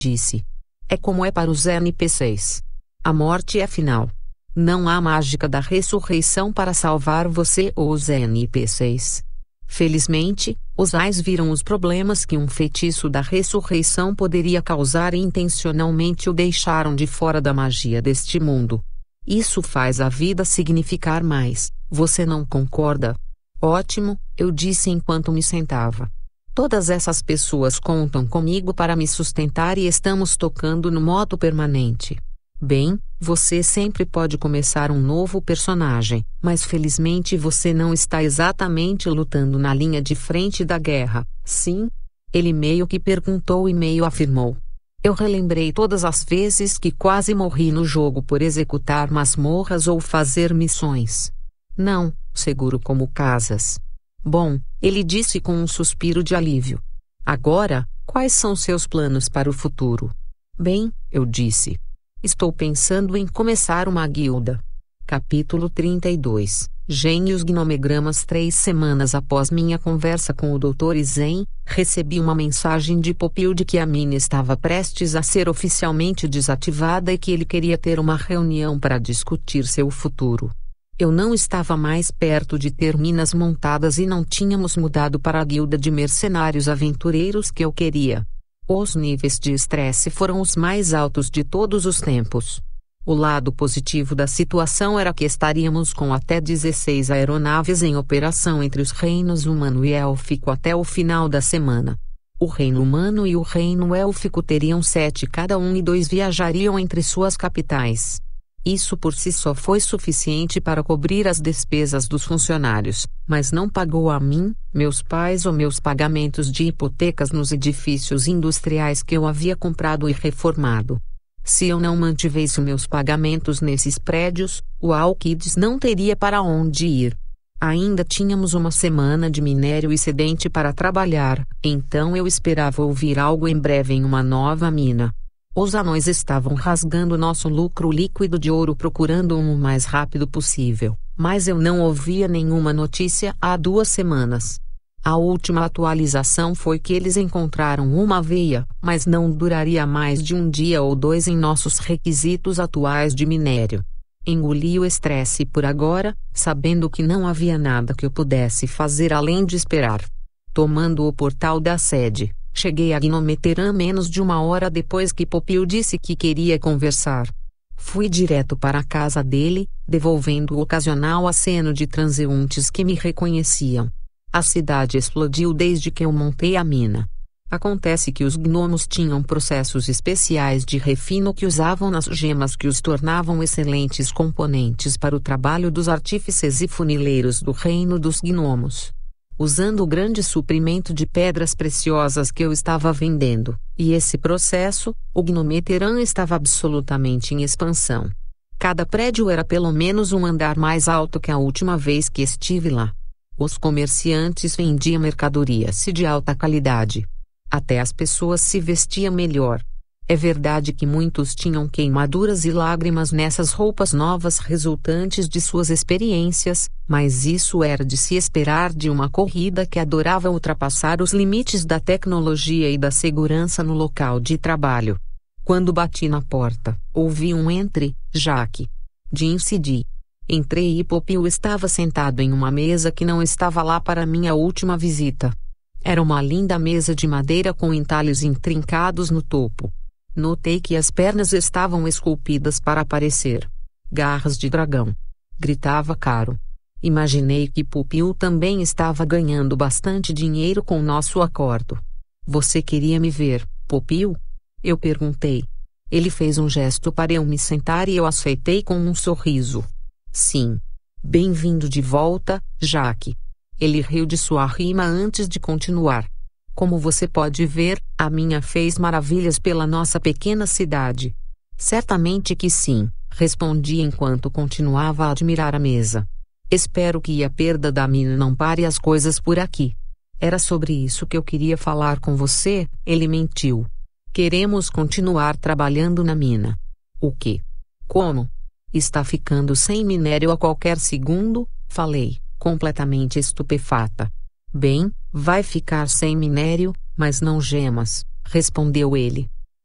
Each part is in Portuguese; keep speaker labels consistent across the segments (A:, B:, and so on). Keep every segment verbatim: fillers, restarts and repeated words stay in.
A: disse. É como é para os N P Cs. A morte é final. Não há mágica da ressurreição para salvar você ou os N P Cs. Felizmente, os Ais viram os problemas que um feitiço da ressurreição poderia causar e intencionalmente o deixaram de fora da magia deste mundo. Isso faz a vida significar mais, você não concorda? Ótimo, eu disse enquanto me sentava. Todas essas pessoas contam comigo para me sustentar e estamos tocando no modo permanente. Bem, você sempre pode começar um novo personagem, mas felizmente você não está exatamente lutando na linha de frente da guerra, sim? Ele meio que perguntou e meio afirmou. Eu relembrei todas as vezes que quase morri no jogo por executar masmorras ou fazer missões. Não, seguro como casas. Bom, ele disse com um suspiro de alívio. Agora, quais são seus planos para o futuro? Bem, eu disse. Estou pensando em começar uma guilda. Capítulo trinta e dois. Gênios Gnomegramas. Três semanas após minha conversa com o doutor Zen, recebi uma mensagem de Popil de que a mina estava prestes a ser oficialmente desativada e que ele queria ter uma reunião para discutir seu futuro. Eu não estava mais perto de ter minas montadas e não tínhamos mudado para a guilda de mercenários aventureiros que eu queria. Os níveis de estresse foram os mais altos de todos os tempos. O lado positivo da situação era que estaríamos com até dezesseis aeronaves em operação entre os reinos humano e élfico até o final da semana. O reino humano e o reino élfico teriam sete cada um e dois viajariam entre suas capitais. Isso por si só foi suficiente para cobrir as despesas dos funcionários, mas não pagou a mim, meus pais ou meus pagamentos de hipotecas nos edifícios industriais que eu havia comprado e reformado. Se eu não mantivesse meus pagamentos nesses prédios, o Alquides não teria para onde ir. Ainda tínhamos uma semana de minério excedente para trabalhar, então eu esperava ouvir algo em breve em uma nova mina. Os anões estavam rasgando nosso lucro líquido de ouro procurando-o o mais rápido possível, mas eu não ouvia nenhuma notícia há duas semanas. A última atualização foi que eles encontraram uma veia, mas não duraria mais de um dia ou dois em nossos requisitos atuais de minério. Engoli o estresse por agora, sabendo que não havia nada que eu pudesse fazer além de esperar. Tomando o portal da sede, cheguei a Gnometeran menos de uma hora depois que Popil disse que queria conversar. Fui direto para a casa dele, devolvendo o ocasional aceno de transeuntes que me reconheciam. A cidade explodiu desde que eu montei a mina. Acontece que os gnomos tinham processos especiais de refino que usavam nas gemas que os tornavam excelentes componentes para o trabalho dos artífices e funileiros do reino dos gnomos. Usando o grande suprimento de pedras preciosas que eu estava vendendo, e esse processo, o Gnometeran estava absolutamente em expansão. Cada prédio era pelo menos um andar mais alto que a última vez que estive lá. Os comerciantes vendiam mercadorias de alta qualidade. Até as pessoas se vestiam melhor. É verdade que muitos tinham queimaduras e lágrimas nessas roupas novas resultantes de suas experiências, mas isso era de se esperar de uma corrida que adorava ultrapassar os limites da tecnologia e da segurança no local de trabalho. Quando bati na porta, ouvi um "entre, Jaque". De incidi. Entrei e Popil estava sentado em uma mesa que não estava lá para minha última visita. Era uma linda mesa de madeira com entalhes intrincados no topo. Notei que as pernas estavam esculpidas para parecer garras de dragão. Gritava caro. Imaginei que Popil também estava ganhando bastante dinheiro com nosso acordo. Você queria me ver, Popil? Eu perguntei. Ele fez um gesto para eu me sentar e eu aceitei com um sorriso. Sim. Bem-vindo de volta, Jaque. Ele riu de sua rima antes de continuar. Como você pode ver, a minha fez maravilhas pela nossa pequena cidade. Certamente que sim, respondi enquanto continuava a admirar a mesa. Espero que a perda da mina não pare as coisas por aqui. Era sobre isso que eu queria falar com você, ele mentiu. Queremos continuar trabalhando na mina. O quê? Como? Está ficando sem minério a qualquer segundo? Falei, completamente estupefata. Bem, vai ficar sem minério, mas não gemas, respondeu ele.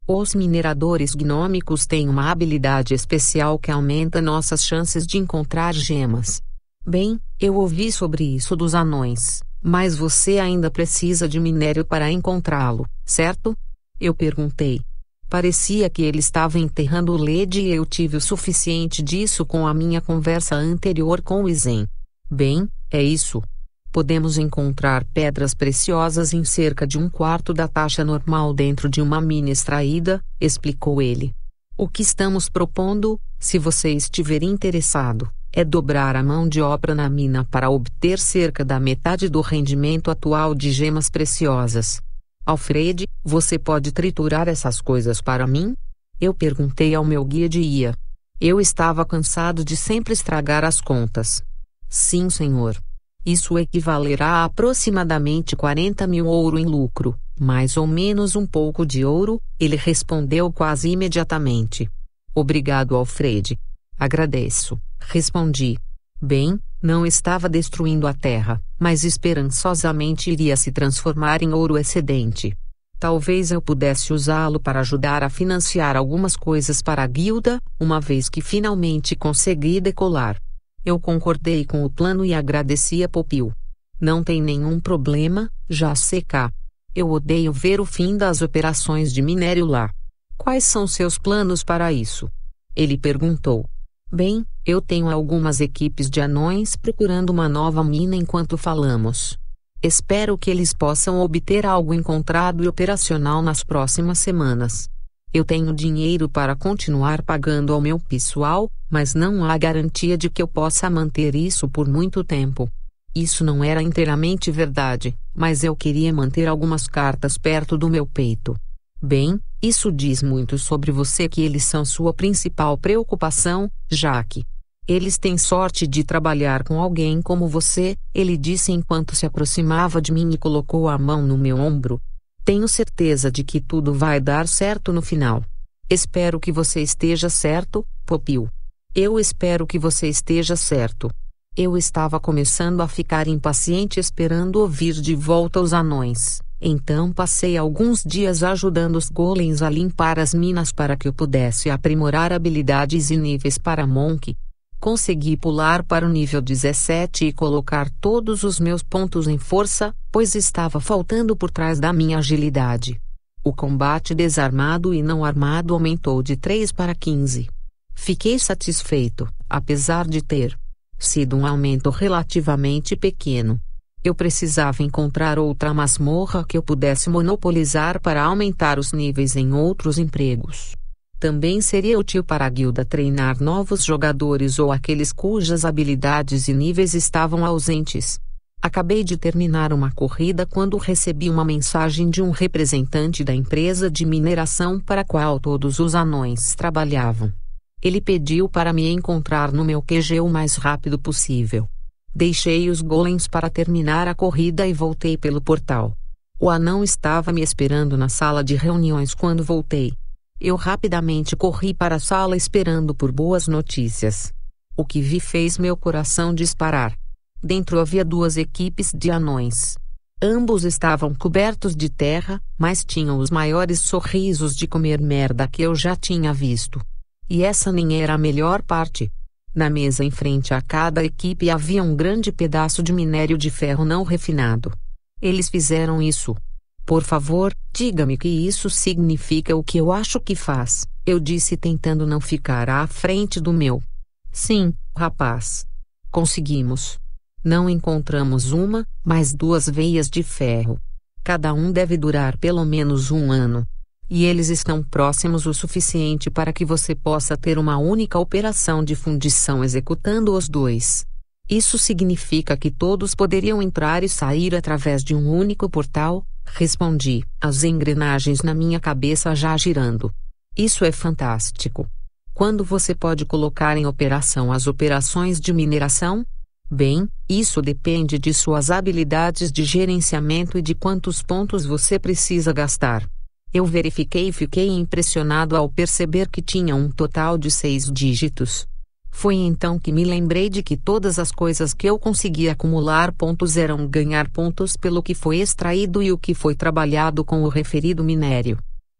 A: Os mineradores gnômicos têm uma habilidade especial que aumenta nossas chances de encontrar gemas. Bem, eu ouvi sobre isso dos anões, mas você ainda precisa de minério para encontrá-lo, certo? Eu perguntei. Parecia que ele estava enterrando o L E D e eu tive o suficiente disso com a minha conversa anterior com o Zen. Bem, é isso. Podemos encontrar pedras preciosas em cerca de um quarto da taxa normal dentro de uma mina extraída, explicou ele. O que estamos propondo, se você estiver interessado, é dobrar a mão de obra na mina para obter cerca da metade do rendimento atual de gemas preciosas. Alfred, você pode triturar essas coisas para mim? Eu perguntei ao meu guia de I A. Eu estava cansado de sempre estragar as contas. Sim, senhor. Isso equivalerá a aproximadamente quarenta mil ouro em lucro, mais ou menos um pouco de ouro, ele respondeu quase imediatamente. Obrigado, Alfred. Agradeço, respondi. Bem, não estava destruindo a terra, mas esperançosamente iria se transformar em ouro excedente. Talvez eu pudesse usá-lo para ajudar a financiar algumas coisas para a guilda, uma vez que finalmente consegui decolar. Eu concordei com o plano e agradeci a Popil. Não tem nenhum problema, já C K. Eu odeio ver o fim das operações de minério lá. Quais são seus planos para isso? Ele perguntou. Bem, eu tenho algumas equipes de anões procurando uma nova mina enquanto falamos. Espero que eles possam obter algo encontrado e operacional nas próximas semanas. Eu tenho dinheiro para continuar pagando ao meu pessoal, mas não há garantia de que eu possa manter isso por muito tempo. Isso não era inteiramente verdade, mas eu queria manter algumas cartas perto do meu peito. Bem, isso diz muito sobre você que eles são sua principal preocupação, Jack. Eles têm sorte de trabalhar com alguém como você, ele disse enquanto se aproximava de mim e colocou a mão no meu ombro. Tenho certeza de que tudo vai dar certo no final. Espero que você esteja certo, Popil. Eu espero que você esteja certo. Eu estava começando a ficar impaciente esperando ouvir de volta os anões. Então passei alguns dias ajudando os golems a limpar as minas para que eu pudesse aprimorar habilidades e níveis para Monk. Consegui pular para o nível dezessete e colocar todos os meus pontos em força, pois estava faltando por trás da minha agilidade. O combate desarmado e não armado aumentou de três para quinze. Fiquei satisfeito, apesar de ter sido um aumento relativamente pequeno. Eu precisava encontrar outra masmorra que eu pudesse monopolizar para aumentar os níveis em outros empregos. Também seria útil para a guilda treinar novos jogadores ou aqueles cujas habilidades e níveis estavam ausentes. Acabei de terminar uma corrida quando recebi uma mensagem de um representante da empresa de mineração para a qual todos os anões trabalhavam. Ele pediu para me encontrar no meu Q G o mais rápido possível. Deixei os golems para terminar a corrida e voltei pelo portal. O anão estava me esperando na sala de reuniões quando voltei. Eu rapidamente corri para a sala esperando por boas notícias. O que vi fez meu coração disparar. Dentro havia duas equipes de anões. Ambos estavam cobertos de terra, mas tinham os maiores sorrisos de comer merda que eu já tinha visto. E essa nem era a melhor parte. Na mesa em frente a cada equipe havia um grande pedaço de minério de ferro não refinado. Eles fizeram isso. Por favor, diga-me que isso significa o que eu acho que faz, eu disse tentando não ficar à frente do meu. Sim, rapaz. Conseguimos. Não encontramos uma, mas duas veias de ferro. Cada um deve durar pelo menos um ano. E eles estão próximos o suficiente para que você possa ter uma única operação de fundição executando os dois. Isso significa que todos poderiam entrar e sair através de um único portal, respondi, as engrenagens na minha cabeça já girando. Isso é fantástico. Quando você pode colocar em operação as operações de mineração? Bem, isso depende de suas habilidades de gerenciamento e de quantos pontos você precisa gastar. Eu verifiquei e fiquei impressionado ao perceber que tinha um total de seis dígitos. Foi então que me lembrei de que todas as coisas que eu conseguia acumular pontos eram ganhar pontos pelo que foi extraído e o que foi trabalhado com o referido minério.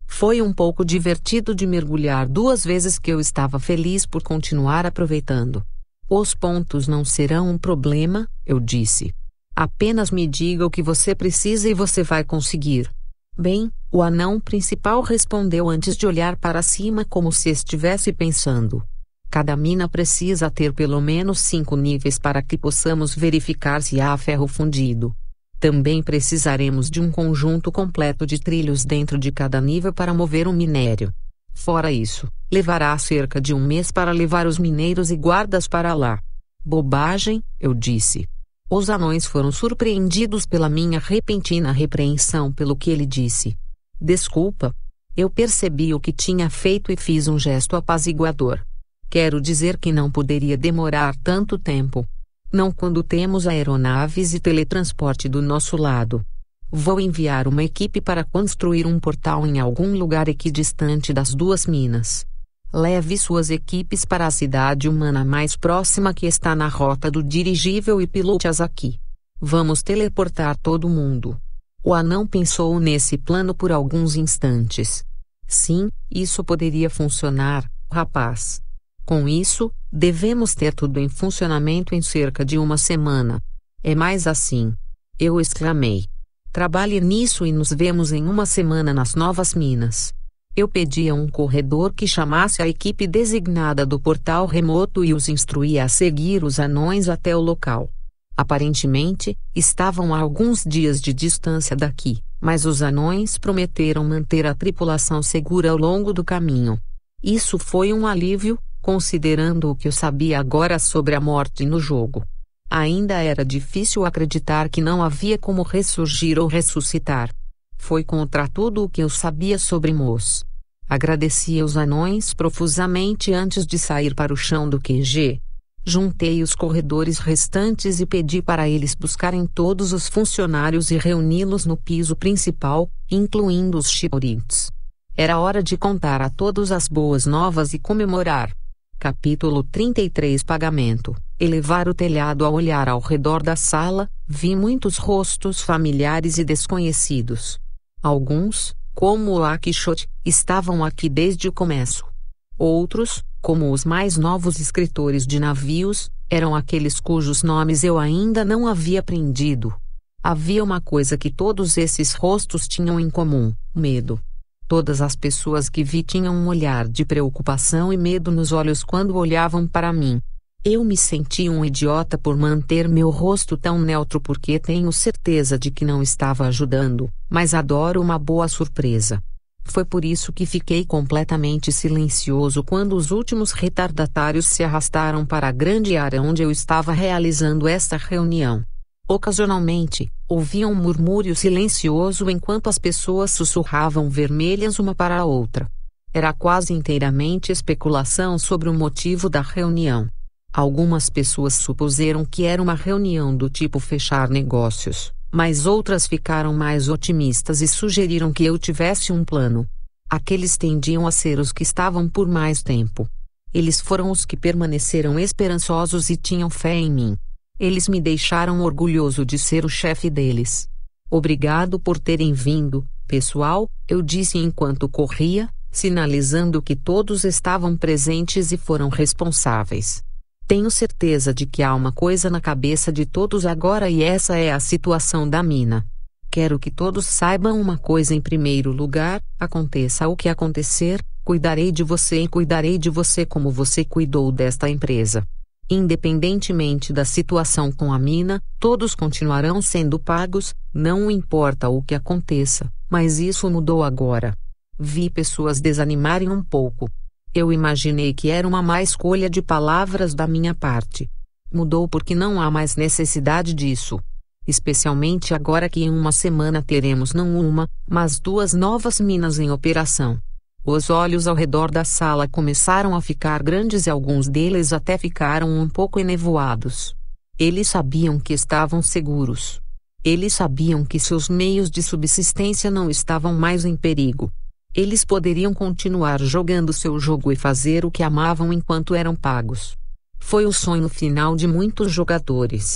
A: Foi um pouco divertido de mergulhar duas vezes que eu estava feliz por continuar aproveitando. Os pontos não serão um problema, eu disse. Apenas me diga o que você precisa e você vai conseguir. Bem, o anão principal respondeu antes de olhar para cima como se estivesse pensando. Cada mina precisa ter pelo menos cinco níveis para que possamos verificar se há ferro fundido. Também precisaremos de um conjunto completo de trilhos dentro de cada nível para mover o minério. Fora isso, levará cerca de um mês para levar os mineiros e guardas para lá. Bobagem, eu disse. Os anões foram surpreendidos pela minha repentina repreensão pelo que ele disse. Desculpa. Eu percebi o que tinha feito e fiz um gesto apaziguador. Quero dizer que não poderia demorar tanto tempo. Não quando temos aeronaves e teletransporte do nosso lado. Vou enviar uma equipe para construir um portal em algum lugar equidistante das duas minas. Leve suas equipes para a cidade humana mais próxima que está na rota do dirigível e pilote-as aqui. Vamos teleportar todo mundo. O anão pensou nesse plano por alguns instantes. Sim, isso poderia funcionar, rapaz. Com isso, devemos ter tudo em funcionamento em cerca de uma semana. É mais assim. Eu exclamei. Trabalhe nisso e nos vemos em uma semana nas novas minas. Eu pedi a um corredor que chamasse a equipe designada do portal remoto e os instruía a seguir os anões até o local. Aparentemente, estavam a alguns dias de distância daqui, mas os anões prometeram manter a tripulação segura ao longo do caminho. Isso foi um alívio, considerando o que eu sabia agora sobre a morte no jogo. Ainda era difícil acreditar que não havia como ressurgir ou ressuscitar. Foi contra tudo o que eu sabia sobre Mos. Agradeci aos anões profusamente antes de sair para o chão do Q G. Juntei os corredores restantes e pedi para eles buscarem todos os funcionários e reuni-los no piso principal, incluindo os Shiporites. Era hora de contar a todos as boas novas e comemorar. Capítulo trinta e três Pagamento. Elevar o telhado ao olhar ao redor da sala, vi muitos rostos familiares e desconhecidos. Alguns, como o Akishot, estavam aqui desde o começo. Outros, como os mais novos escritores de navios, eram aqueles cujos nomes eu ainda não havia aprendido. Havia uma coisa que todos esses rostos tinham em comum: medo. Todas as pessoas que vi tinham um olhar de preocupação e medo nos olhos quando olhavam para mim. Eu me senti um idiota por manter meu rosto tão neutro porque tenho certeza de que não estava ajudando, mas adoro uma boa surpresa. Foi por isso que fiquei completamente silencioso quando os últimos retardatários se arrastaram para a grande área onde eu estava realizando esta reunião. Ocasionalmente, ouvia um murmúrio silencioso enquanto as pessoas sussurravam vermelhas uma para a outra. Era quase inteiramente especulação sobre o motivo da reunião. Algumas pessoas supuseram que era uma reunião do tipo fechar negócios, mas outras ficaram mais otimistas e sugeriram que eu tivesse um plano. Aqueles tendiam a ser os que estavam por mais tempo. Eles foram os que permaneceram esperançosos e tinham fé em mim. Eles me deixaram orgulhoso de ser o chefe deles. Obrigado por terem vindo, pessoal, eu disse enquanto corria, sinalizando que todos estavam presentes e foram responsáveis. Tenho certeza de que há uma coisa na cabeça de todos agora e essa é a situação da mina. Quero que todos saibam uma coisa em primeiro lugar: aconteça o que acontecer, cuidarei de você e cuidarei de você como você cuidou desta empresa. Independentemente da situação com a mina, todos continuarão sendo pagos, não importa o que aconteça, mas isso mudou agora. Vi pessoas desanimarem um pouco. Eu imaginei que era uma má escolha de palavras da minha parte. Mudou porque não há mais necessidade disso. Especialmente agora que em uma semana teremos não uma, mas duas novas minas em operação. Os olhos ao redor da sala começaram a ficar grandes e alguns deles até ficaram um pouco enevoados. Eles sabiam que estavam seguros. Eles sabiam que seus meios de subsistência não estavam mais em perigo. Eles poderiam continuar jogando seu jogo e fazer o que amavam enquanto eram pagos. Foi o sonho final de muitos jogadores.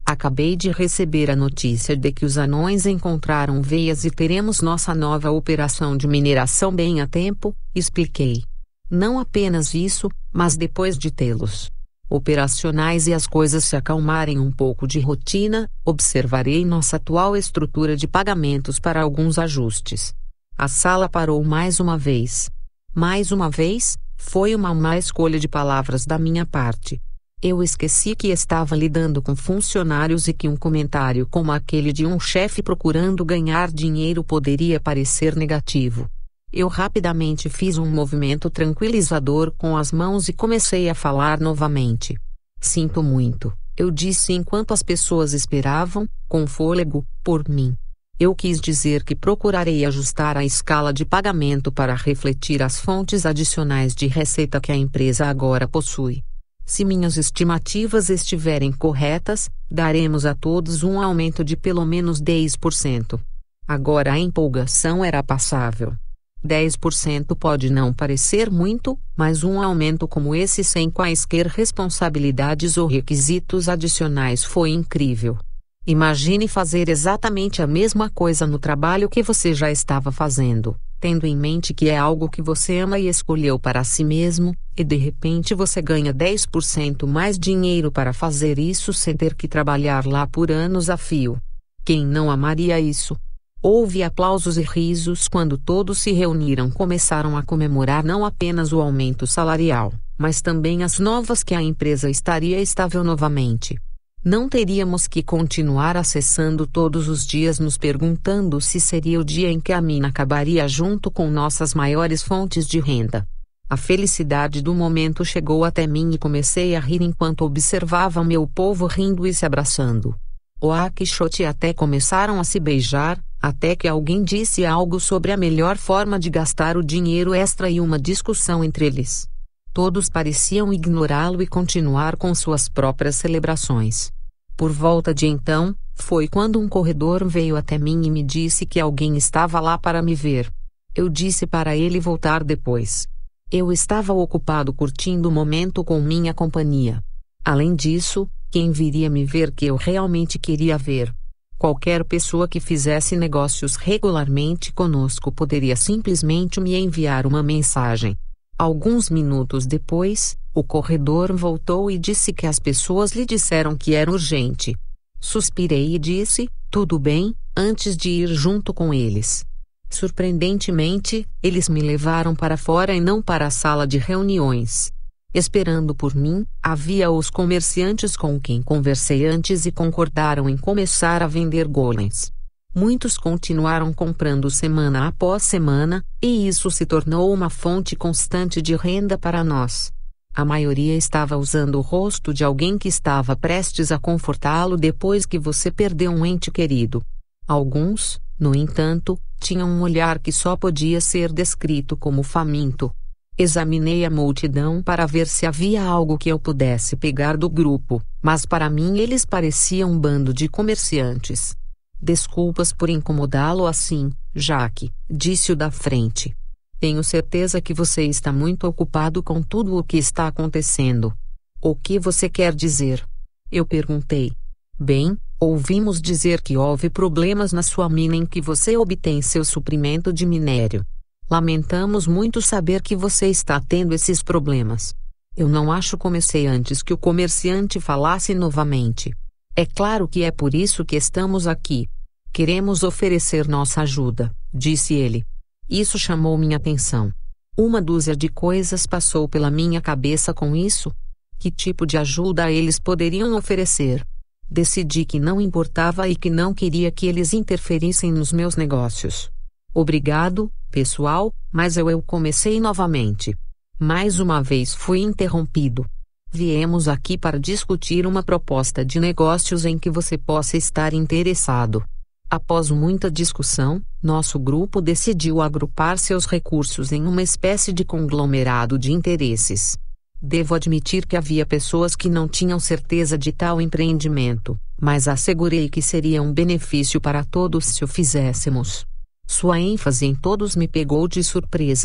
A: Acabei de receber a notícia de que os anões encontraram veias e teremos nossa nova operação de mineração bem a tempo, expliquei. Não apenas isso, mas depois de tê-los operacionais e as coisas se acalmarem um pouco de rotina, observarei nossa atual estrutura de pagamentos para alguns ajustes. A sala parou mais uma vez. Mais uma vez, foi uma má escolha de palavras da minha parte. Eu esqueci que estava lidando com funcionários e que um comentário como aquele de um chefe procurando ganhar dinheiro poderia parecer negativo. Eu rapidamente fiz um movimento tranquilizador com as mãos e comecei a falar novamente. Sinto muito, eu disse enquanto as pessoas esperavam, com fôlego, por mim. Eu quis dizer que procurarei ajustar a escala de pagamento para refletir as fontes adicionais de receita que a empresa agora possui. Se minhas estimativas estiverem corretas, daremos a todos um aumento de pelo menos dez por cento. Agora a empolgação era passável. dez por cento pode não parecer muito, mas um aumento como esse sem quaisquer responsabilidades ou requisitos adicionais foi incrível. Imagine fazer exatamente a mesma coisa no trabalho que você já estava fazendo, tendo em mente que é algo que você ama e escolheu para si mesmo, e de repente você ganha dez por cento mais dinheiro para fazer isso sem ter que trabalhar lá por anos a fio. Quem não amaria isso? Houve aplausos e risos quando todos se reuniram. Começaram a comemorar não apenas o aumento salarial, mas também as novas que a empresa estaria estável novamente. Não teríamos que continuar acessando todos os dias nos perguntando se seria o dia em que a mina acabaria junto com nossas maiores fontes de renda. A felicidade do momento chegou até mim e comecei a rir enquanto observava meu povo rindo e se abraçando. O Quixote e até começaram a se beijar, até que alguém disse algo sobre a melhor forma de gastar o dinheiro extra e uma discussão entre eles. Todos pareciam ignorá-lo e continuar com suas próprias celebrações. Por volta de então, foi quando um corredor veio até mim e me disse que alguém estava lá para me ver. Eu disse para ele voltar depois. Eu estava ocupado curtindo o momento com minha companhia. Além disso, quem viria me ver que eu realmente queria ver? Qualquer pessoa que fizesse negócios regularmente conosco poderia simplesmente me enviar uma mensagem. Alguns minutos depois, o corredor voltou e disse que as pessoas lhe disseram que era urgente. Suspirei e disse, tudo bem, antes de ir junto com eles. Surpreendentemente, eles me levaram para fora e não para a sala de reuniões. Esperando por mim, havia os comerciantes com quem conversei antes e concordaram em começar a vender golems. Muitos continuaram comprando semana após semana, e isso se tornou uma fonte constante de renda para nós. A maioria estava usando o rosto de alguém que estava prestes a confortá-lo depois que você perdeu um ente querido. Alguns, no entanto, tinham um olhar que só podia ser descrito como faminto. Examinei a multidão para ver se havia algo que eu pudesse pegar do grupo, mas para mim eles pareciam um bando de comerciantes. Desculpas por incomodá-lo assim, Jack, disse o da frente. Tenho certeza que você está muito ocupado com tudo o que está acontecendo. O que você quer dizer? Eu perguntei. Bem, ouvimos dizer que houve problemas na sua mina em que você obtém seu suprimento de minério. Lamentamos muito saber que você está tendo esses problemas. Eu não acho. Comecei antes que o comerciante falasse novamente. É claro que é por isso que estamos aqui. Queremos oferecer nossa ajuda, disse ele. Isso chamou minha atenção. Uma dúzia de coisas passou pela minha cabeça com isso. Que tipo de ajuda eles poderiam oferecer? Decidi que não importava e que não queria que eles interferissem nos meus negócios. Obrigado, pessoal, mas eu, eu comecei novamente. Mais uma vez fui interrompido. Viemos aqui para discutir uma proposta de negócios em que você possa estar interessado. Após muita discussão, nosso grupo decidiu agrupar seus recursos em uma espécie de conglomerado de interesses. Devo admitir que havia pessoas que não tinham certeza de tal empreendimento, mas assegurei que seria um benefício para todos se o fizéssemos. Sua ênfase em todos me pegou de surpresa.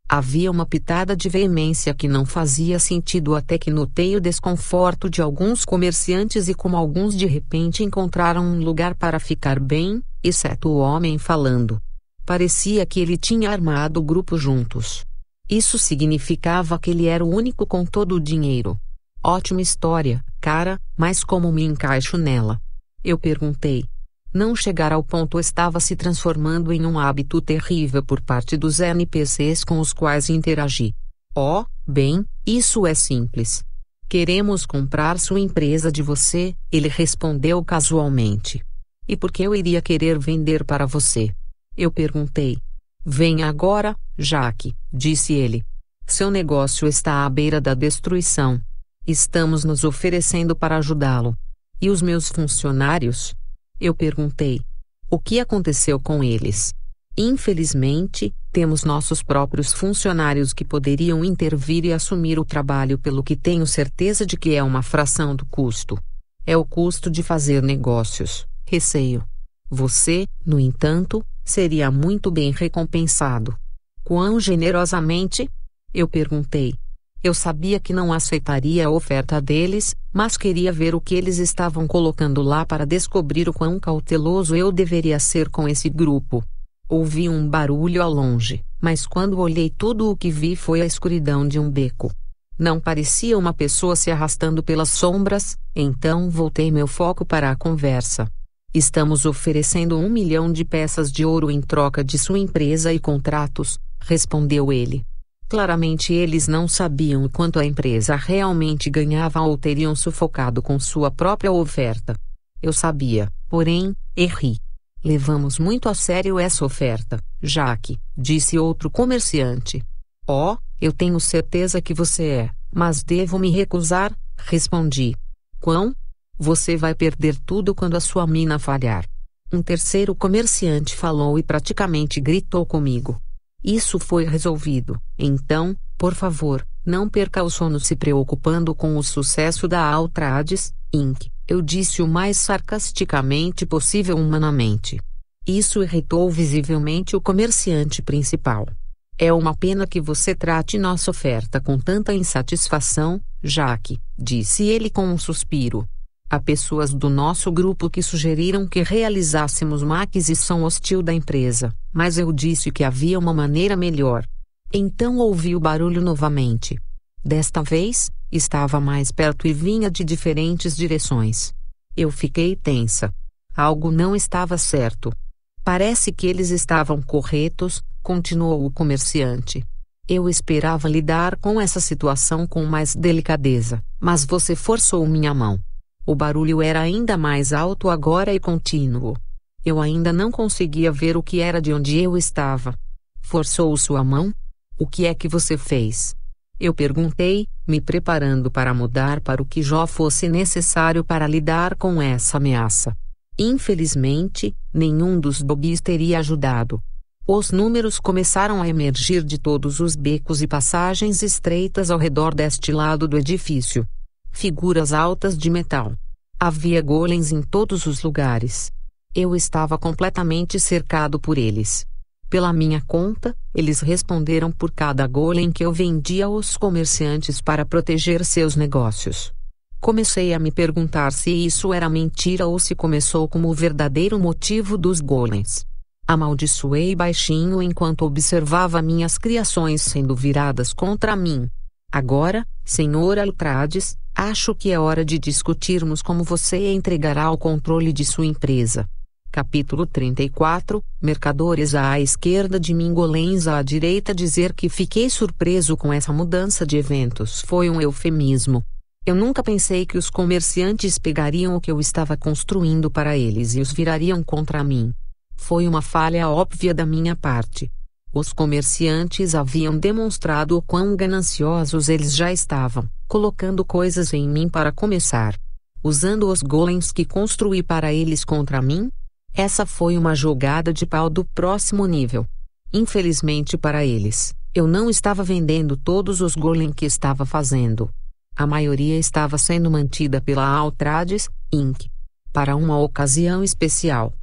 A: Havia uma pitada de veemência que não fazia sentido até que notei o desconforto de alguns comerciantes e como alguns de repente encontraram um lugar para ficar bem, exceto o homem falando. Parecia que ele tinha armado o grupo juntos. Isso significava que ele era o único com todo o dinheiro. Ótima história, cara, mas como me encaixo nela? Eu perguntei. Não chegar ao ponto estava se transformando em um hábito terrível por parte dos N P Cs com os quais interagi. Oh, bem, isso é simples. Queremos comprar sua empresa de você, ele respondeu casualmente. E por que eu iria querer vender para você? Eu perguntei. Venha agora, Jack, disse ele. Seu negócio está à beira da destruição. Estamos nos oferecendo para ajudá-lo. E os meus funcionários? Eu perguntei. O que aconteceu com eles? Infelizmente, temos nossos próprios funcionários que poderiam intervir e assumir o trabalho, pelo que tenho certeza de que é uma fração do custo. É o custo de fazer negócios, receio. Você, no entanto, seria muito bem recompensado. Quão generosamente? Eu perguntei. Eu sabia que não aceitaria a oferta deles, mas queria ver o que eles estavam colocando lá para descobrir o quão cauteloso eu deveria ser com esse grupo. Ouvi um barulho ao longe, mas quando olhei tudo o que vi foi a escuridão de um beco. Não parecia uma pessoa se arrastando pelas sombras, então voltei meu foco para a conversa. Estamos oferecendo um milhão de peças de ouro em troca de sua empresa e contratos, respondeu ele. Claramente eles não sabiam o quanto a empresa realmente ganhava ou teriam sufocado com sua própria oferta. Eu sabia, porém, e ri. Levamos muito a sério essa oferta, Jack, disse outro comerciante. Oh, eu tenho certeza que você é, mas devo me recusar, respondi. Quão? Você vai perder tudo quando a sua mina falhar. Um terceiro comerciante falou e praticamente gritou comigo. Isso foi resolvido, então, por favor, não perca o sono se preocupando com o sucesso da Altrades, incorporadora, eu disse o mais sarcasticamente possível humanamente. Isso irritou visivelmente o comerciante principal. É uma pena que você trate nossa oferta com tanta insatisfação, Jack, disse ele com um suspiro. Há pessoas do nosso grupo que sugeriram que realizássemos uma aquisição hostil da empresa, mas eu disse que havia uma maneira melhor. Então ouvi o barulho novamente. Desta vez, estava mais perto e vinha de diferentes direções. Eu fiquei tensa. Algo não estava certo. Parece que eles estavam corretos, continuou o comerciante. Eu esperava lidar com essa situação com mais delicadeza, mas você forçou minha mão. O barulho era ainda mais alto agora e contínuo. Eu ainda não conseguia ver o que era de onde eu estava. Forçou sua mão? O que é que você fez? Eu perguntei, me preparando para mudar para o que já fosse necessário para lidar com essa ameaça. Infelizmente, nenhum dos bobis teria ajudado. Os números começaram a emergir de todos os becos e passagens estreitas ao redor deste lado do edifício. Figuras altas de metal. Havia golems em todos os lugares. Eu estava completamente cercado por eles. Pela minha conta, eles responderam por cada golem que eu vendia aos comerciantes para proteger seus negócios. Comecei a me perguntar se isso era mentira ou se começou como o verdadeiro motivo dos golems. Amaldiçoei baixinho enquanto observava minhas criações sendo viradas contra mim. Agora, senhor Altrades, acho que é hora de discutirmos como você entregará o controle de sua empresa. Capítulo trinta e quatro, Mercadores à esquerda de mim, golems à direita. Dizer que fiquei surpreso com essa mudança de eventos foi um eufemismo. Eu nunca pensei que os comerciantes pegariam o que eu estava construindo para eles e os virariam contra mim. Foi uma falha óbvia da minha parte. Os comerciantes haviam demonstrado o quão gananciosos eles já estavam, colocando coisas em mim para começar. Usando os golems que construí para eles contra mim? Essa foi uma jogada de pau do próximo nível. Infelizmente para eles, eu não estava vendendo todos os golems que estava fazendo. A maioria estava sendo mantida pela Altrades, incorporadora, para uma ocasião especial.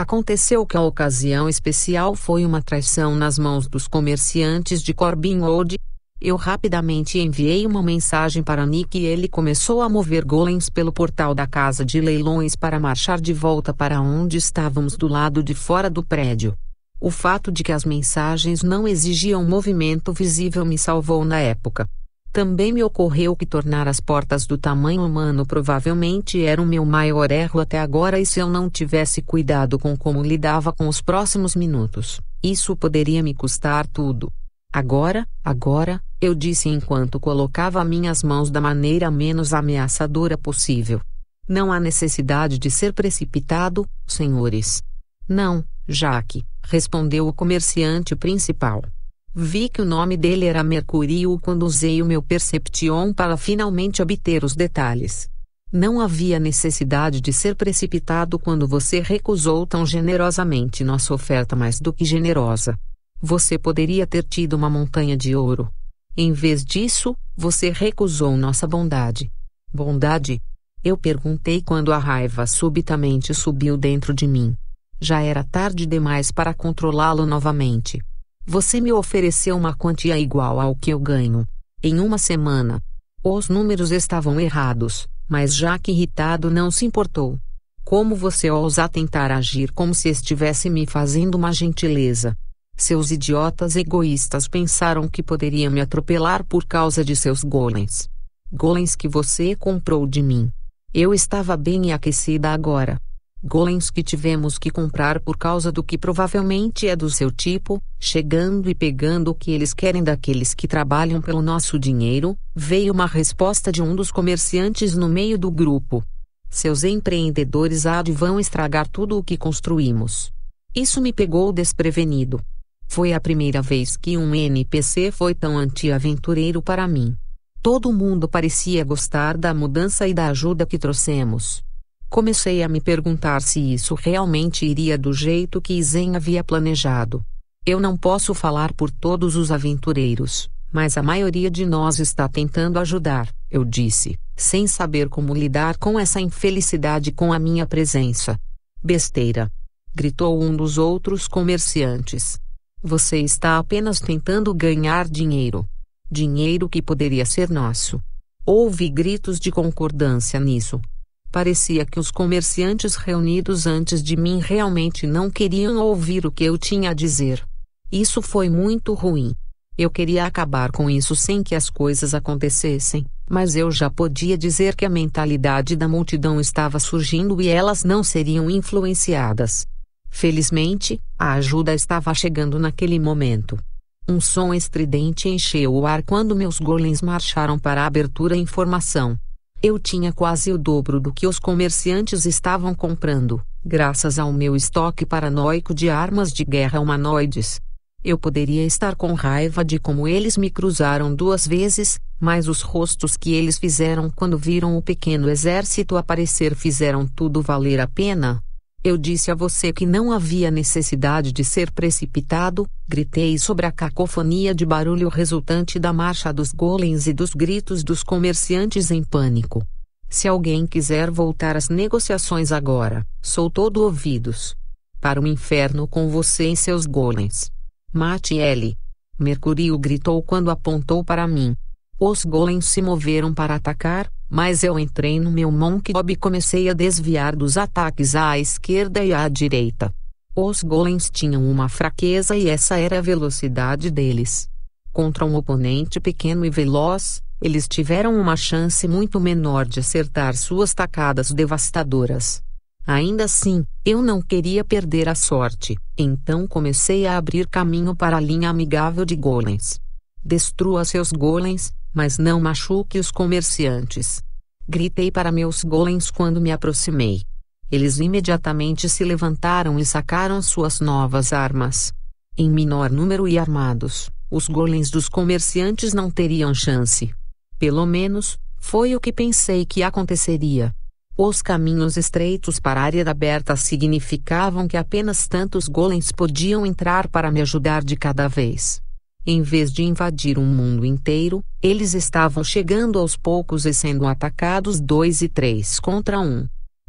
A: Aconteceu que a ocasião especial foi uma traição nas mãos dos comerciantes de Corbin Road. Eu rapidamente enviei uma mensagem para Nick e ele começou a mover golems pelo portal da casa de leilões para marchar de volta para onde estávamos do lado de fora do prédio. O fato de que as mensagens não exigiam movimento visível me salvou na época. Também me ocorreu que tornar as portas do tamanho humano provavelmente era o meu maior erro até agora, e se eu não tivesse cuidado com como lidava com os próximos minutos, isso poderia me custar tudo. Agora, agora, eu disse enquanto colocava minhas mãos da maneira menos ameaçadora possível. Não há necessidade de ser precipitado, senhores. Não, Jack, respondeu o comerciante principal. Vi que o nome dele era Mercurio quando usei o meu Perception para finalmente obter os detalhes. Não havia necessidade de ser precipitado quando você recusou tão generosamente nossa oferta, mais do que generosa. Você poderia ter tido uma montanha de ouro. Em vez disso, você recusou nossa bondade. Bondade? Eu perguntei quando a raiva subitamente subiu dentro de mim. Já era tarde demais para controlá-lo novamente. Você me ofereceu uma quantia igual ao que eu ganho em uma semana. Os números estavam errados, mas Jack, irritado, não se importou. Como você ousa tentar agir como se estivesse me fazendo uma gentileza? Seus idiotas egoístas pensaram que poderiam me atropelar por causa de seus golems. Golems que você comprou de mim. Eu estava bem aquecida agora. Golems que tivemos que comprar por causa do que provavelmente é do seu tipo, chegando e pegando o que eles querem daqueles que trabalham pelo nosso dinheiro. Veio uma resposta de um dos comerciantes no meio do grupo. Seus empreendedores há de vão estragar tudo o que construímos. Isso me pegou desprevenido. Foi a primeira vez que um N P C foi tão anti-aventureiro para mim. Todo mundo parecia gostar da mudança e da ajuda que trouxemos. Comecei a me perguntar se isso realmente iria do jeito que Zen havia planejado. Eu não posso falar por todos os aventureiros, mas a maioria de nós está tentando ajudar, eu disse, sem saber como lidar com essa infelicidade com a minha presença. Besteira! Gritou um dos outros comerciantes. Você está apenas tentando ganhar dinheiro. Dinheiro que poderia ser nosso. Houve gritos de concordância nisso. Parecia que os comerciantes reunidos antes de mim realmente não queriam ouvir o que eu tinha a dizer. Isso foi muito ruim. Eu queria acabar com isso sem que as coisas acontecessem, mas eu já podia dizer que a mentalidade da multidão estava surgindo e elas não seriam influenciadas. Felizmente, a ajuda estava chegando naquele momento. Um som estridente encheu o ar quando meus golems marcharam para a abertura em formação. Eu tinha quase o dobro do que os comerciantes estavam comprando, graças ao meu estoque paranoico de armas de guerra humanoides. Eu poderia estar com raiva de como eles me cruzaram duas vezes, mas os rostos que eles fizeram quando viram o pequeno exército aparecer fizeram tudo valer a pena. Eu disse a você que não havia necessidade de ser precipitado, gritei sobre a cacofonia de barulho resultante da marcha dos golems e dos gritos dos comerciantes em pânico. Se alguém quiser voltar às negociações agora, sou todo ouvidos. Para o inferno com você e seus golems. Mate ele! Mercurio gritou quando apontou para mim. Os golems se moveram para atacar, mas eu entrei no meu Monkey Job e comecei a desviar dos ataques à esquerda e à direita. Os golems tinham uma fraqueza e essa era a velocidade deles. Contra um oponente pequeno e veloz, eles tiveram uma chance muito menor de acertar suas tacadas devastadoras. Ainda assim, eu não queria perder a sorte, então comecei a abrir caminho para a linha amigável de golems. Destrua seus golems, mas não machuque os comerciantes. Gritei para meus golems quando me aproximei. Eles imediatamente se levantaram e sacaram suas novas armas. Em menor número e armados, os golems dos comerciantes não teriam chance. Pelo menos, foi o que pensei que aconteceria. Os caminhos estreitos para a área aberta significavam que apenas tantos golems podiam entrar para me ajudar de cada vez. Em vez de invadir um mundo inteiro, eles estavam chegando aos poucos e sendo atacados dois e três contra um.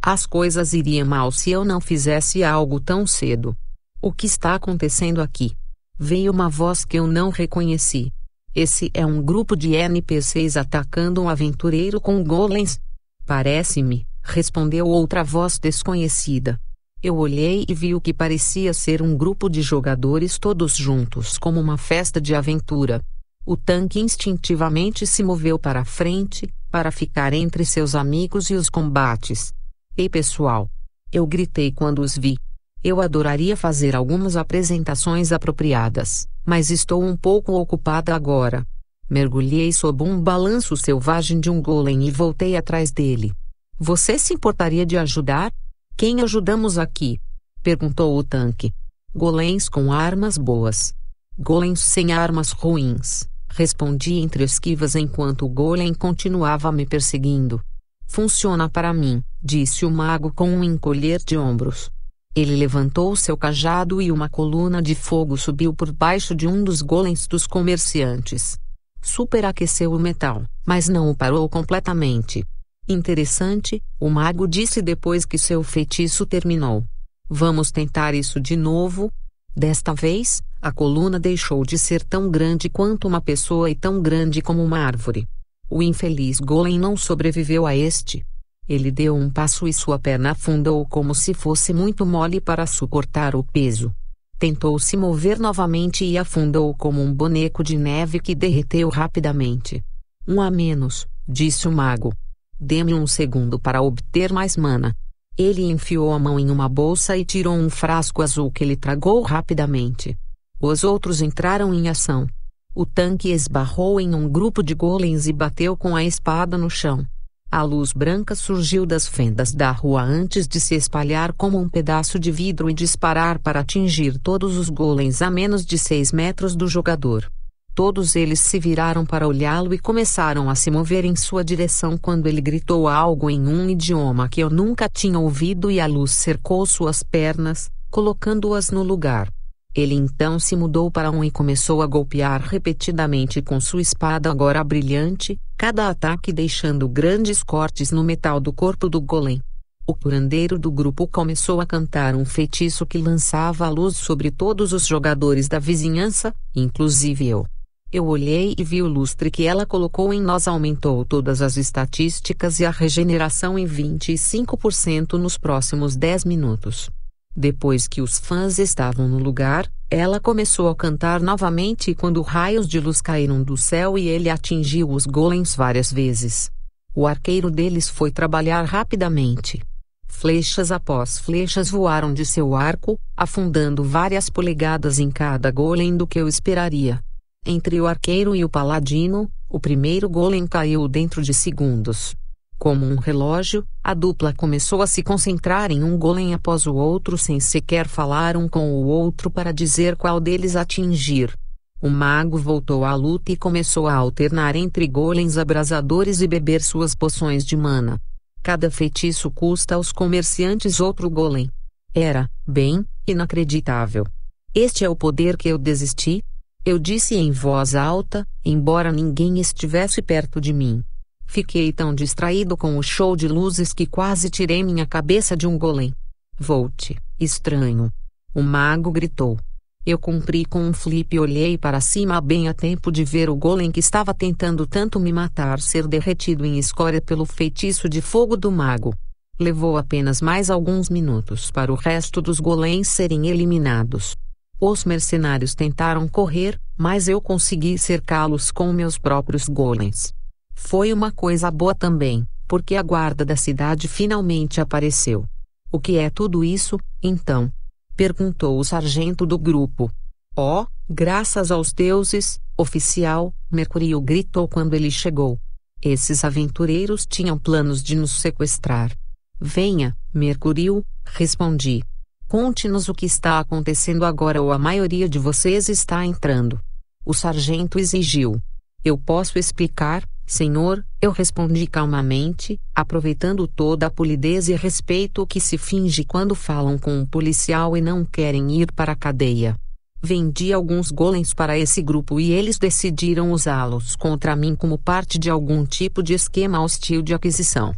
A: As coisas iriam mal se eu não fizesse algo tão cedo. O que está acontecendo aqui? Veio uma voz que eu não reconheci. Esse é um grupo de N P Cs atacando um aventureiro com golems? Parece-me, respondeu outra voz desconhecida. Eu olhei e vi o que parecia ser um grupo de jogadores todos juntos como uma festa de aventura. O tanque instintivamente se moveu para a frente, para ficar entre seus amigos e os combates. Ei pessoal! Eu gritei quando os vi. Eu adoraria fazer algumas apresentações apropriadas, mas estou um pouco ocupada agora. Mergulhei sob um balanço selvagem de um golem e voltei atrás dele. Você se importaria de ajudar? Quem ajudamos aqui? Perguntou o tanque. Golems com armas boas. Golems sem armas ruins, respondi entre esquivas enquanto o golem continuava me perseguindo. Funciona para mim, disse o mago com um encolher de ombros. Ele levantou seu cajado e uma coluna de fogo subiu por baixo de um dos golems dos comerciantes. Superaqueceu o metal, mas não o parou completamente. Interessante, o mago disse depois que seu feitiço terminou. Vamos tentar isso de novo? Desta vez, a coluna deixou de ser tão grande quanto uma pessoa e tão grande como uma árvore. O infeliz golem não sobreviveu a este. Ele deu um passo e sua perna afundou como se fosse muito mole para suportar o peso. Tentou se mover novamente e afundou como um boneco de neve que derreteu rapidamente. Um a menos, disse o mago. Dê-me um segundo para obter mais mana. Ele enfiou a mão em uma bolsa e tirou um frasco azul que ele tragou rapidamente. Os outros entraram em ação. O tanque esbarrou em um grupo de golems e bateu com a espada no chão. A luz branca surgiu das fendas da rua antes de se espalhar como um pedaço de vidro e disparar para atingir todos os golems a menos de seis metros do jogador. Todos eles se viraram para olhá-lo e começaram a se mover em sua direção quando ele gritou algo em um idioma que eu nunca tinha ouvido e a luz cercou suas pernas, colocando-as no lugar. Ele então se mudou para um e começou a golpear repetidamente com sua espada agora brilhante, cada ataque deixando grandes cortes no metal do corpo do golem. O curandeiro do grupo começou a cantar um feitiço que lançava a luz sobre todos os jogadores da vizinhança, inclusive eu. Eu olhei e vi o lustre que ela colocou em nós aumentou todas as estatísticas e a regeneração em vinte e cinco por cento nos próximos dez minutos. Depois que os fãs estavam no lugar, ela começou a cantar novamente e quando raios de luz caíram do céu e ele atingiu os golems várias vezes. O arqueiro deles foi trabalhar rapidamente. Flechas após flechas voaram de seu arco, afundando várias polegadas em cada golem do que eu esperaria. Entre o arqueiro e o paladino, o primeiro golem caiu dentro de segundos. Como um relógio, a dupla começou a se concentrar em um golem após o outro sem sequer falar um com o outro para dizer qual deles atingir. O mago voltou à luta e começou a alternar entre golems abrasadores e beber suas poções de mana. Cada feitiço custa aos comerciantes outro golem. Era, bem, inacreditável. Este é o poder que eu desisti? Eu disse em voz alta, embora ninguém estivesse perto de mim. Fiquei tão distraído com o show de luzes que quase tirei minha cabeça de um golem. Volte, estranho. O mago gritou. Eu cumpri com um flip e olhei para cima bem a tempo de ver o golem que estava tentando tanto me matar ser derretido em escória pelo feitiço de fogo do mago. Levou apenas mais alguns minutos para o resto dos golems serem eliminados. Os mercenários tentaram correr, mas eu consegui cercá-los com meus próprios golems. Foi uma coisa boa também, porque a guarda da cidade finalmente apareceu. O que é tudo isso, então? Perguntou o sargento do grupo. Oh, graças aos deuses, oficial, Mercurio gritou quando ele chegou. Esses aventureiros tinham planos de nos sequestrar. Venha, Mercurio, respondi. Conte-nos o que está acontecendo agora ou a maioria de vocês está entrando. O sargento exigiu. Eu posso explicar, senhor, eu respondi calmamente, aproveitando toda a polidez e respeito que se finge quando falam com um policial e não querem ir para a cadeia. Vendi alguns golems para esse grupo e eles decidiram usá-los contra mim como parte de algum tipo de esquema hostil de aquisição.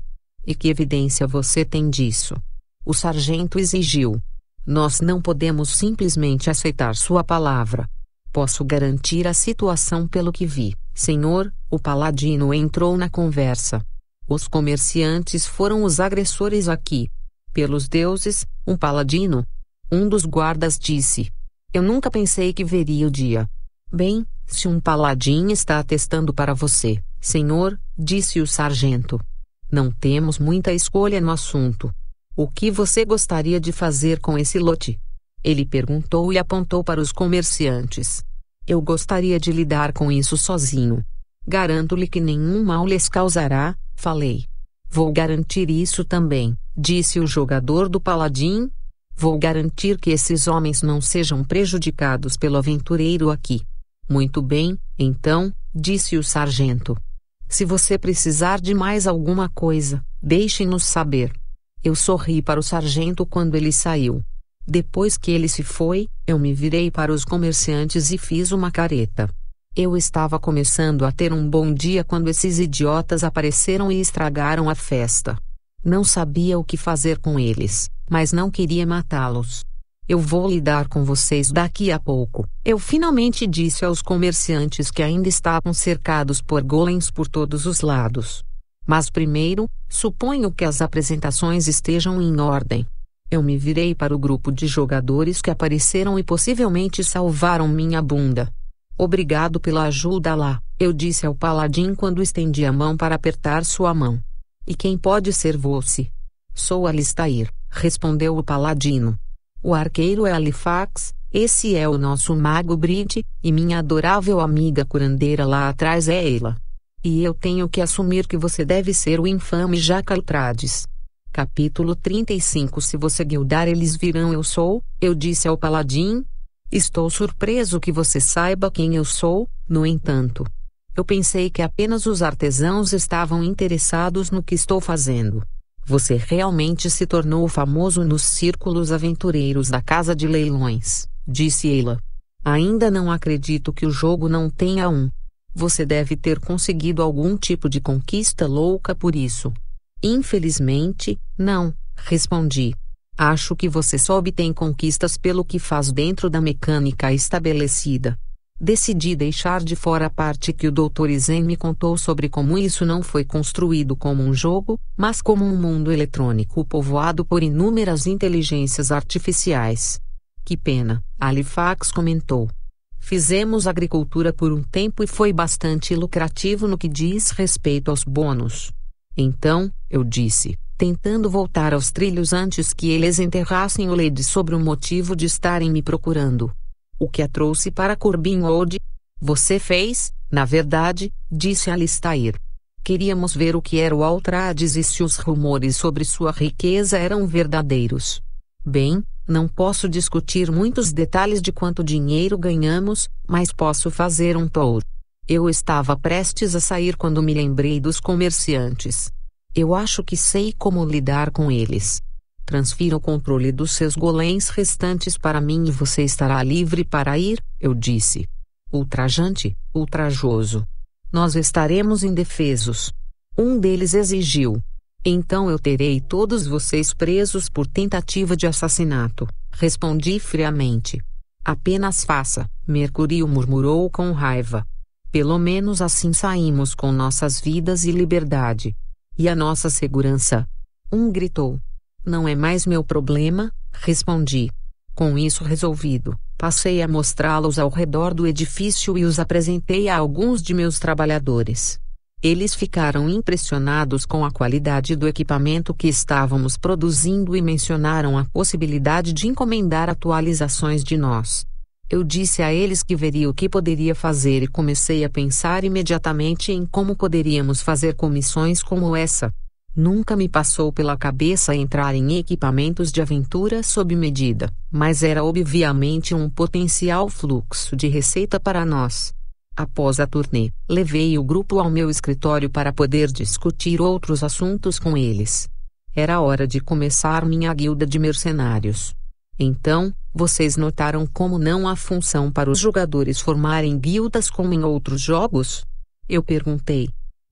A: E que evidência você tem disso? O sargento exigiu. Nós não podemos simplesmente aceitar sua palavra. Posso garantir a situação pelo que vi, senhor. O paladino entrou na conversa. Os comerciantes foram os agressores aqui. Pelos deuses, um paladino? Um dos guardas disse. Eu nunca pensei que veria o dia. Bem, se um paladino está atestando para você, senhor, disse o sargento. Não temos muita escolha no assunto. O que você gostaria de fazer com esse lote? Ele perguntou e apontou para os comerciantes. Eu gostaria de lidar com isso sozinho. Garanto-lhe que nenhum mal lhes causará, falei. Vou garantir isso também, disse o jogador do paladino. Vou garantir que esses homens não sejam prejudicados pelo aventureiro aqui. Muito bem, então, disse o sargento. Se você precisar de mais alguma coisa, deixe-nos saber. Eu sorri para o sargento quando ele saiu. Depois que ele se foi, eu me virei para os comerciantes e fiz uma careta. Eu estava começando a ter um bom dia quando esses idiotas apareceram e estragaram a festa. Não sabia o que fazer com eles, mas não queria matá-los. Eu vou lidar com vocês daqui a pouco, eu finalmente disse aos comerciantes que ainda estavam cercados por golems por todos os lados. Mas primeiro, suponho que as apresentações estejam em ordem. Eu me virei para o grupo de jogadores que apareceram e possivelmente salvaram minha bunda. Obrigado pela ajuda lá, eu disse ao paladino quando estendi a mão para apertar sua mão. E quem pode ser você? Sou Alistair, respondeu o paladino. O arqueiro é Halifax, esse é o nosso mago Bridge, e minha adorável amiga curandeira lá atrás é ela. E eu tenho que assumir que você deve ser o infame Jacaltrades. Capítulo trinta e cinco. Se você guildar eles virão eu sou, eu disse ao paladino. Estou surpreso que você saiba quem eu sou, no entanto. Eu pensei que apenas os artesãos estavam interessados no que estou fazendo. Você realmente se tornou famoso nos círculos aventureiros da Casa de Leilões, disse ela. Ainda não acredito que o jogo não tenha um. Você deve ter conseguido algum tipo de conquista louca por isso. Infelizmente, não, respondi. Acho que você só obtém conquistas pelo que faz dentro da mecânica estabelecida. Decidi deixar de fora a parte que o doutor Zen me contou sobre como isso não foi construído como um jogo, mas como um mundo eletrônico povoado por inúmeras inteligências artificiais. Que pena, Halifax comentou. Fizemos agricultura por um tempo e foi bastante lucrativo no que diz respeito aos bônus. Então, eu disse, tentando voltar aos trilhos antes que eles enterrassem o lead sobre o motivo de estarem me procurando. O que a trouxe para Corbinwold? Você fez, na verdade, disse Alistair. Queríamos ver o que era o Altrades e se os rumores sobre sua riqueza eram verdadeiros. Bem, não posso discutir muitos detalhes de quanto dinheiro ganhamos, mas posso fazer um tour. Eu estava prestes a sair quando me lembrei dos comerciantes. Eu acho que sei como lidar com eles. Transfira o controle dos seus golems restantes para mim e você estará livre para ir, eu disse. Ultrajante, ultrajoso. Nós estaremos indefesos. Um deles exigiu. Então eu terei todos vocês presos por tentativa de assassinato, respondi friamente. Apenas faça, Mercurio murmurou com raiva. Pelo menos assim saímos com nossas vidas e liberdade. E a nossa segurança? Um gritou. Não é mais meu problema, respondi. Com isso resolvido, passei a mostrá-los ao redor do edifício e os apresentei a alguns de meus trabalhadores. Eles ficaram impressionados com a qualidade do equipamento que estávamos produzindo e mencionaram a possibilidade de encomendar atualizações de nós. Eu disse a eles que veria o que poderia fazer e comecei a pensar imediatamente em como poderíamos fazer comissões como essa. Nunca me passou pela cabeça entrar em equipamentos de aventura sob medida, mas era obviamente um potencial fluxo de receita para nós. Após a turnê, levei o grupo ao meu escritório para poder discutir outros assuntos com eles. Era hora de começar minha guilda de mercenários. Então, vocês notaram como não há função para os jogadores formarem guildas como em outros jogos? Eu perguntei.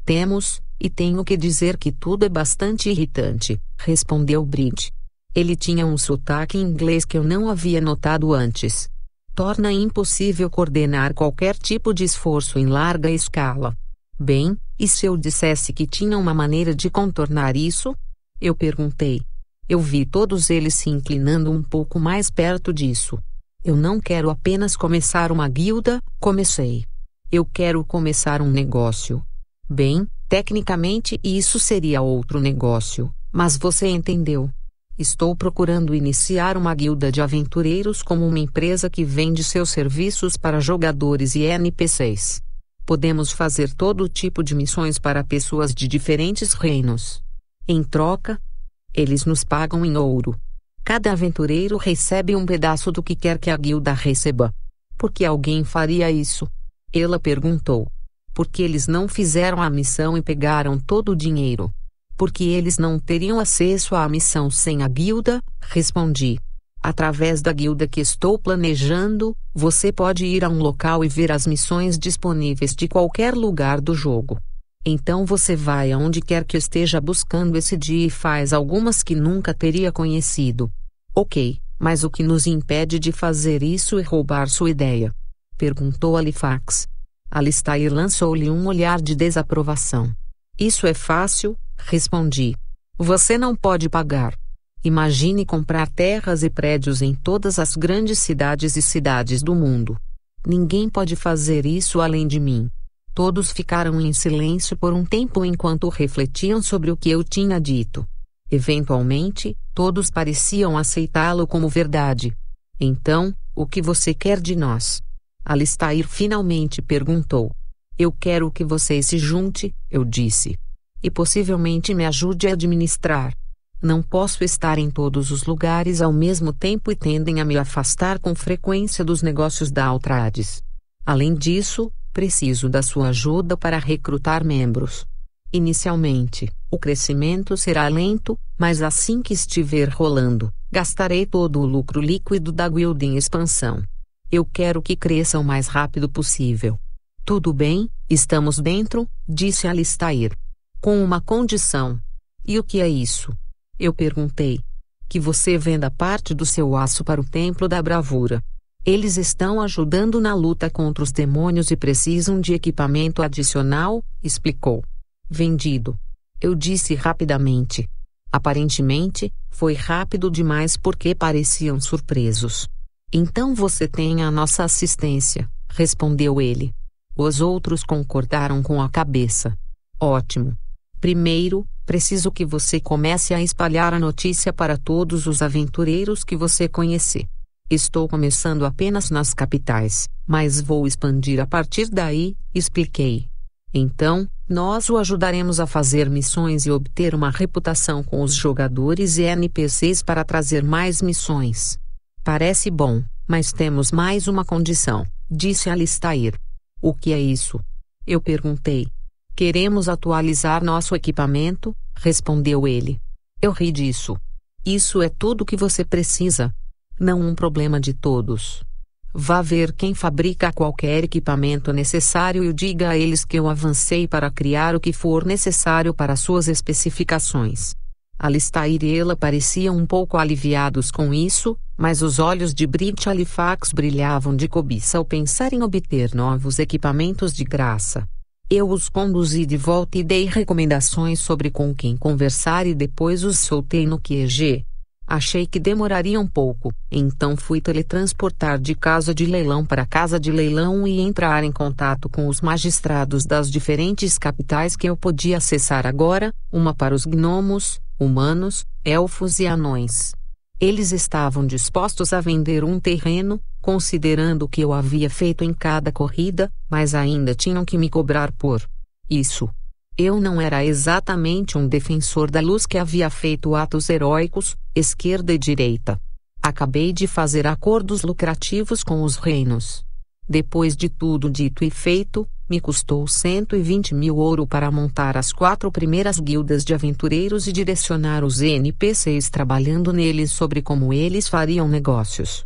A: Temos, e tenho que dizer que tudo é bastante irritante, respondeu Bridge. Ele tinha um sotaque inglês que eu não havia notado antes. Torna impossível coordenar qualquer tipo de esforço em larga escala. Bem, e se eu dissesse que tinha uma maneira de contornar isso? Eu perguntei. Eu vi todos eles se inclinando um pouco mais perto disso. Eu não quero apenas começar uma guilda, comecei. Eu quero começar um negócio. Bem, tecnicamente isso seria outro negócio, mas você entendeu. Estou procurando iniciar uma guilda de aventureiros como uma empresa que vende seus serviços para jogadores e N P Cs. Podemos fazer todo tipo de missões para pessoas de diferentes reinos. Em troca, eles nos pagam em ouro. Cada aventureiro recebe um pedaço do que quer que a guilda receba. Por que alguém faria isso? Ela perguntou. Porque eles não fizeram a missão e pegaram todo o dinheiro. Porque eles não teriam acesso à missão sem a guilda, respondi. Através da guilda que estou planejando, você pode ir a um local e ver as missões disponíveis de qualquer lugar do jogo. Então você vai aonde quer que esteja buscando esse dia e faz algumas que nunca teria conhecido. Ok, mas o que nos impede de fazer isso e roubar sua ideia? Perguntou Halifax. Alistair lançou-lhe um olhar de desaprovação. Isso é fácil, respondi. Você não pode pagar. Imagine comprar terras e prédios em todas as grandes cidades e cidades do mundo. Ninguém pode fazer isso além de mim. Todos ficaram em silêncio por um tempo enquanto refletiam sobre o que eu tinha dito. Eventualmente, todos pareciam aceitá-lo como verdade. Então, o que você quer de nós? Alistair finalmente perguntou. Eu quero que você se junte, eu disse. E possivelmente me ajude a administrar. Não posso estar em todos os lugares ao mesmo tempo e tendem a me afastar com frequência dos negócios da Altrades. Além disso, preciso da sua ajuda para recrutar membros. Inicialmente, o crescimento será lento, mas assim que estiver rolando, gastarei todo o lucro líquido da guilda em expansão. Eu quero que cresça o mais rápido possível. Tudo bem, estamos dentro, disse Alistair. Com uma condição. E o que é isso? Eu perguntei. Que você venda parte do seu aço para o Templo da Bravura. Eles estão ajudando na luta contra os demônios e precisam de equipamento adicional, explicou. Vendido. Eu disse rapidamente. Aparentemente, foi rápido demais porque pareciam surpresos. Então você tem a nossa assistência, respondeu ele. Os outros concordaram com a cabeça. Ótimo. Primeiro, preciso que você comece a espalhar a notícia para todos os aventureiros que você conhecer. Estou começando apenas nas capitais, mas vou expandir a partir daí, expliquei. Então, nós o ajudaremos a fazer missões e obter uma reputação com os jogadores e N P Cs para trazer mais missões. Parece bom, mas temos mais uma condição, disse Alistair. O que é isso? Eu perguntei. Queremos atualizar nosso equipamento, respondeu ele. Eu ri disso. Isso é tudo que você precisa. Não um problema de todos. Vá ver quem fabrica qualquer equipamento necessário e diga a eles que eu avancei para criar o que for necessário para suas especificações. Alistair e ela pareciam um pouco aliviados com isso, mas os olhos de Bridge Halifax brilhavam de cobiça ao pensar em obter novos equipamentos de graça. Eu os conduzi de volta e dei recomendações sobre com quem conversar e depois os soltei no Q G. Achei que demoraria um pouco, então fui teletransportar de casa de leilão para casa de leilão e entrar em contato com os magistrados das diferentes capitais que eu podia acessar agora, uma para os gnomos, humanos, elfos e anões. Eles estavam dispostos a vender um terreno, considerando o que eu havia feito em cada corrida, mas ainda tinham que me cobrar por isso. Eu não era exatamente um defensor da luz que havia feito atos heróicos, esquerda e direita. Acabei de fazer acordos lucrativos com os reinos. Depois de tudo dito e feito, me custou cento e vinte mil ouro para montar as quatro primeiras guildas de aventureiros e direcionar os N P Cs trabalhando neles sobre como eles fariam negócios.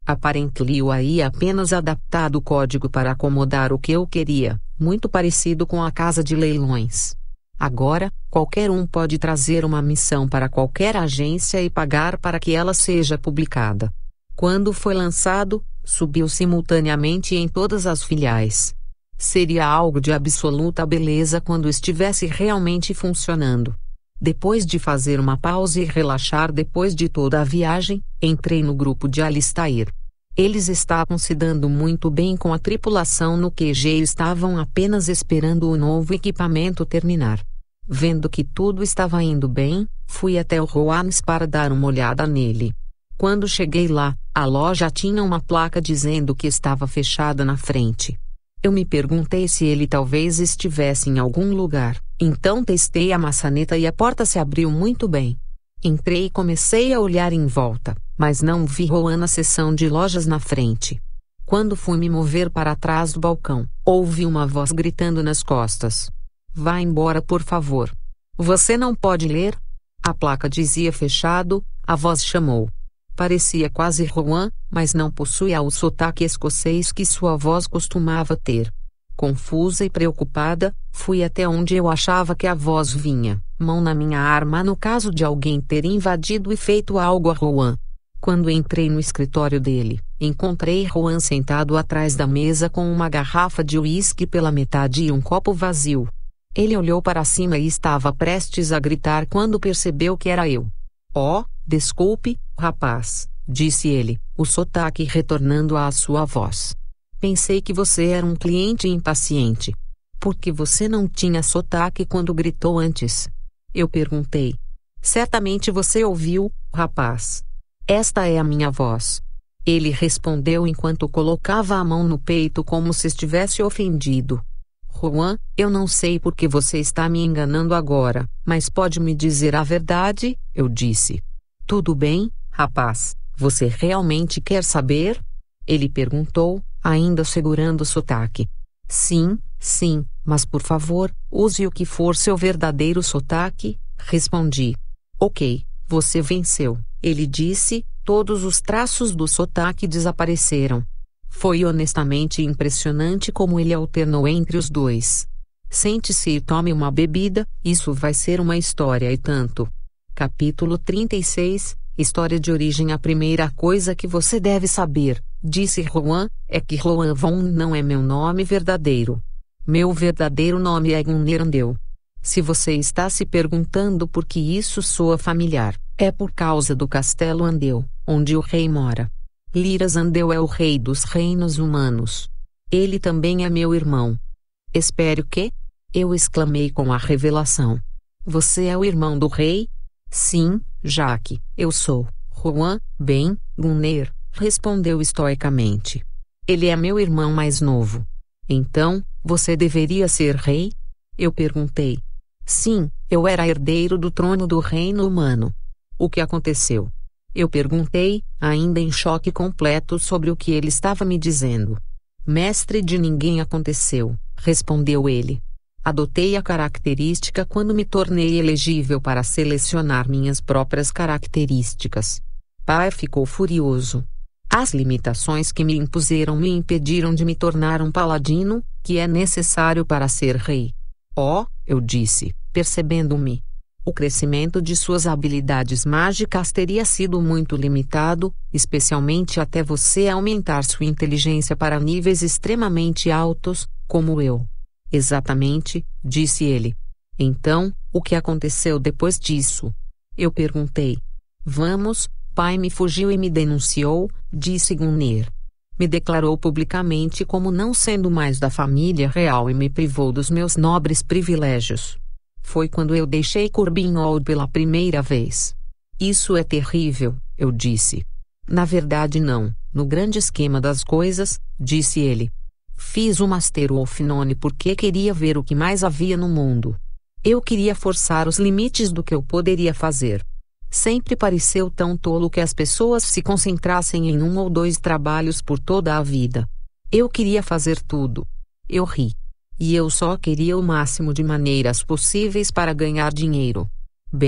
A: Aparentemente eu havia apenas adaptado o código para acomodar o que eu queria, muito parecido com a casa de leilões. Agora, qualquer um pode trazer uma missão para qualquer agência e pagar para que ela seja publicada. Quando foi lançado, subiu simultaneamente em todas as filiais. Seria algo de absoluta beleza quando estivesse realmente funcionando. Depois de fazer uma pausa e relaxar depois de toda a viagem, entrei no grupo de Alistair. Eles estavam se dando muito bem com a tripulação no Q G e estavam apenas esperando o novo equipamento terminar. Vendo que tudo estava indo bem, fui até o Roans para dar uma olhada nele. Quando cheguei lá, a loja tinha uma placa dizendo que estava fechada na frente. Eu me perguntei se ele talvez estivesse em algum lugar, então testei a maçaneta e a porta se abriu muito bem. Entrei e comecei a olhar em volta, mas não vi Rowan na seção de lojas na frente. Quando fui me mover para trás do balcão, ouvi uma voz gritando nas costas. Vá embora, por favor. Você não pode ler? A placa dizia fechado, a voz chamou. Parecia quase Rowan, mas não possuía o sotaque escocês que sua voz costumava ter. Confusa e preocupada, fui até onde eu achava que a voz vinha, mão na minha arma no caso de alguém ter invadido e feito algo a Rowan. Quando entrei no escritório dele, encontrei Rowan sentado atrás da mesa com uma garrafa de uísque pela metade e um copo vazio. Ele olhou para cima e estava prestes a gritar quando percebeu que era eu. Oh, desculpe, rapaz, disse ele, o sotaque retornando à sua voz. Pensei que você era um cliente impaciente. Por que você não tinha sotaque quando gritou antes? Eu perguntei. Certamente você ouviu, rapaz. Esta é a minha voz. Ele respondeu enquanto colocava a mão no peito como se estivesse ofendido. Rowan, eu não sei por que você está me enganando agora, mas pode me dizer a verdade, eu disse. Tudo bem, rapaz, você realmente quer saber? Ele perguntou, ainda segurando o sotaque. Sim, sim, mas por favor, use o que for seu verdadeiro sotaque, respondi. Ok, você venceu, ele disse, todos os traços do sotaque desapareceram. Foi honestamente impressionante como ele alternou entre os dois. Sente-se e tome uma bebida, isso vai ser uma história e tanto. Capítulo trinta e seis, História de origem. A primeira coisa que você deve saber, disse Rowan, é que Rowan Von não é meu nome verdadeiro. Meu verdadeiro nome é Gunnar Andel. Se você está se perguntando por que isso soa familiar, é por causa do Castelo Andel, onde o rei mora. Liras Andel é o rei dos reinos humanos. Ele também é meu irmão. Espere o quê? Eu exclamei com a revelação. Você é o irmão do rei? Sim, Jaque, eu sou. Rowan, bem, Gunnar, respondeu estoicamente. Ele é meu irmão mais novo. Então, você deveria ser rei? Eu perguntei. Sim, eu era herdeiro do trono do reino humano. O que aconteceu? Eu perguntei, ainda em choque completo sobre o que ele estava me dizendo. Mestre, de ninguém aconteceu, respondeu ele. Adotei a característica quando me tornei elegível para selecionar minhas próprias características. Pai ficou furioso. As limitações que me impuseram me impediram de me tornar um paladino, que é necessário para ser rei. Oh, eu disse, percebendo-me. O crescimento de suas habilidades mágicas teria sido muito limitado, especialmente até você aumentar sua inteligência para níveis extremamente altos, como eu. Exatamente, disse ele. Então, o que aconteceu depois disso? Eu perguntei. Vamos, pai me fugiu e me denunciou, disse Gunnar. Me declarou publicamente como não sendo mais da família real e me privou dos meus nobres privilégios. Foi quando eu deixei Corvinhold pela primeira vez. Isso é terrível, eu disse. Na verdade não, no grande esquema das coisas, disse ele. Fiz o Master of None porque queria ver o que mais havia no mundo. Eu queria forçar os limites do que eu poderia fazer. Sempre pareceu tão tolo que as pessoas se concentrassem em um ou dois trabalhos por toda a vida. Eu queria fazer tudo. Eu ri. E eu só queria o máximo de maneiras possíveis para ganhar dinheiro. Bem,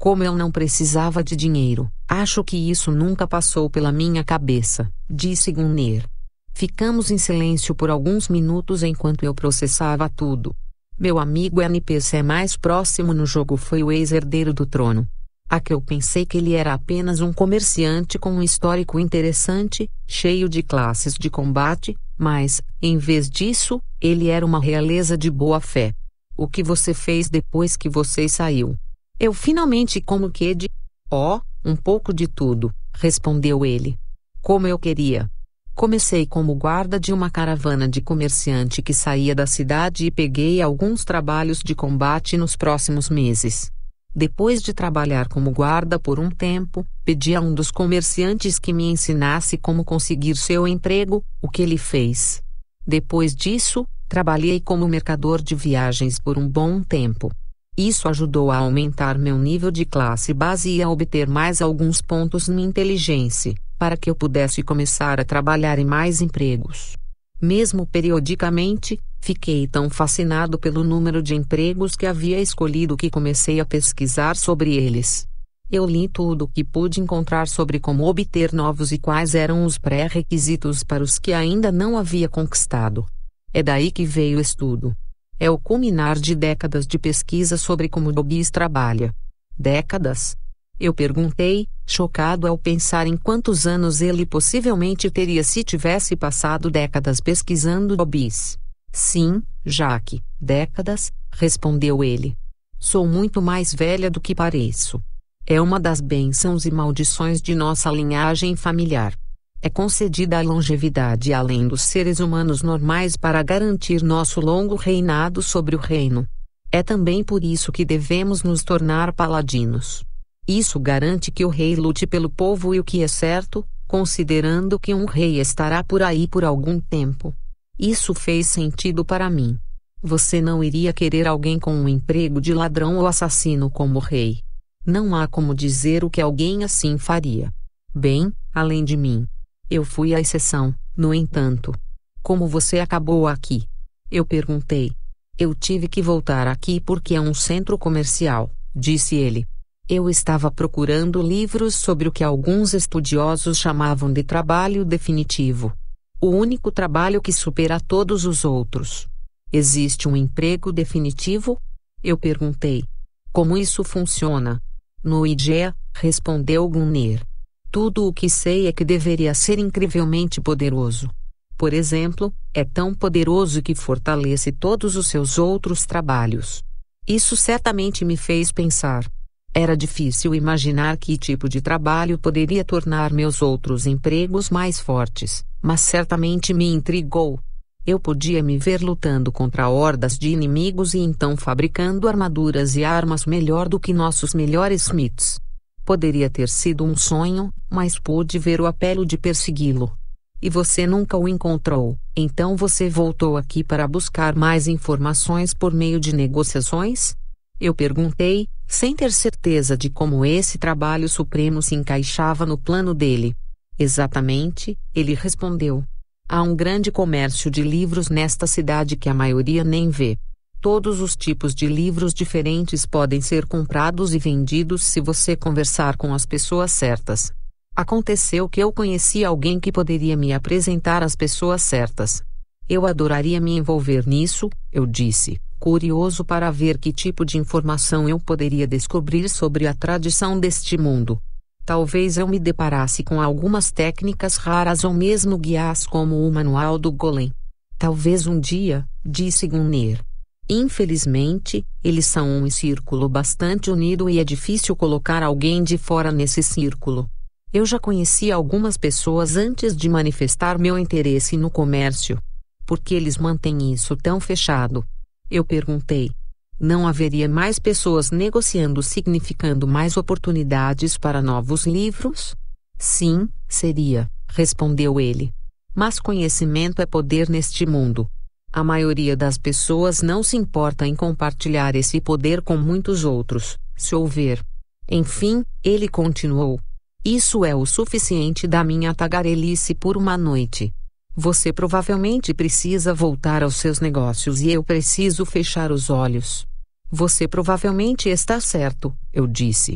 A: Como eu não precisava de dinheiro, acho que isso nunca passou pela minha cabeça, disse Gunner. Ficamos em silêncio por alguns minutos enquanto eu processava tudo. Meu amigo N P C mais próximo no jogo foi o ex-herdeiro do trono. A que eu pensei que ele era apenas um comerciante com um histórico interessante, cheio de classes de combate, mas, em vez disso, ele era uma realeza de boa fé. O que você fez depois que você saiu? Eu finalmente como que de... Oh, um pouco de tudo, respondeu ele. Como eu queria. Comecei como guarda de uma caravana de comerciante que saía da cidade e peguei alguns trabalhos de combate nos próximos meses. Depois de trabalhar como guarda por um tempo, pedi a um dos comerciantes que me ensinasse como conseguir seu emprego, o que ele fez. Depois disso, trabalhei como mercador de viagens por um bom tempo. Isso ajudou a aumentar meu nível de classe base e a obter mais alguns pontos na inteligência, para que eu pudesse começar a trabalhar em mais empregos. Mesmo periodicamente, fiquei tão fascinado pelo número de empregos que havia escolhido que comecei a pesquisar sobre eles. Eu li tudo o que pude encontrar sobre como obter novos e quais eram os pré-requisitos para os que ainda não havia conquistado. É daí que veio o estudo. É o culminar de décadas de pesquisa sobre como Dobis trabalha. Décadas? Eu perguntei, chocado ao pensar em quantos anos ele possivelmente teria se tivesse passado décadas pesquisando Dobis. Sim, Jaque, décadas, respondeu ele. Sou muito mais velha do que pareço. É uma das bênçãos e maldições de nossa linhagem familiar. É concedida a longevidade além dos seres humanos normais para garantir nosso longo reinado sobre o reino. É também por isso que devemos nos tornar paladinos. Isso garante que o rei lute pelo povo e o que é certo, considerando que um rei estará por aí por algum tempo. Isso fez sentido para mim. Você não iria querer alguém com um emprego de ladrão ou assassino como rei. Não há como dizer o que alguém assim faria. Bem, além de mim. Eu fui a exceção, no entanto. Como você acabou aqui? Eu perguntei. Eu tive que voltar aqui porque é um centro comercial, disse ele. Eu estava procurando livros sobre o que alguns estudiosos chamavam de trabalho definitivo. O único trabalho que supera todos os outros. Existe um emprego definitivo? Eu perguntei. Como isso funciona? No I G E A, respondeu Gunner. Tudo o que sei é que deveria ser incrivelmente poderoso. Por exemplo, é tão poderoso que fortalece todos os seus outros trabalhos. Isso certamente me fez pensar. Era difícil imaginar que tipo de trabalho poderia tornar meus outros empregos mais fortes, mas certamente me intrigou. Eu podia me ver lutando contra hordas de inimigos e então fabricando armaduras e armas melhor do que nossos melhores smiths. Poderia ter sido um sonho, mas pude ver o apelo de persegui-lo. E você nunca o encontrou, então você voltou aqui para buscar mais informações por meio de negociações? Eu perguntei, sem ter certeza de como esse trabalho supremo se encaixava no plano dele. Exatamente, ele respondeu. Há um grande comércio de livros nesta cidade que a maioria nem vê. Todos os tipos de livros diferentes podem ser comprados e vendidos se você conversar com as pessoas certas. Aconteceu que eu conheci alguém que poderia me apresentar às pessoas certas. Eu adoraria me envolver nisso, eu disse, curioso para ver que tipo de informação eu poderia descobrir sobre a tradição deste mundo. Talvez eu me deparasse com algumas técnicas raras ou mesmo guias como o manual do Golem. Talvez um dia, disse Gunner. Infelizmente, eles são um círculo bastante unido e é difícil colocar alguém de fora nesse círculo. Eu já conheci algumas pessoas antes de manifestar meu interesse no comércio. Por que eles mantêm isso tão fechado? Eu perguntei. Não haveria mais pessoas negociando significando mais oportunidades para novos livros? Sim, seria, respondeu ele. Mas conhecimento é poder neste mundo. A maioria das pessoas não se importa em compartilhar esse poder com muitos outros, se houver. Enfim, ele continuou. Isso é o suficiente da minha tagarelice por uma noite. Você provavelmente precisa voltar aos seus negócios e eu preciso fechar os olhos. Você provavelmente está certo, eu disse.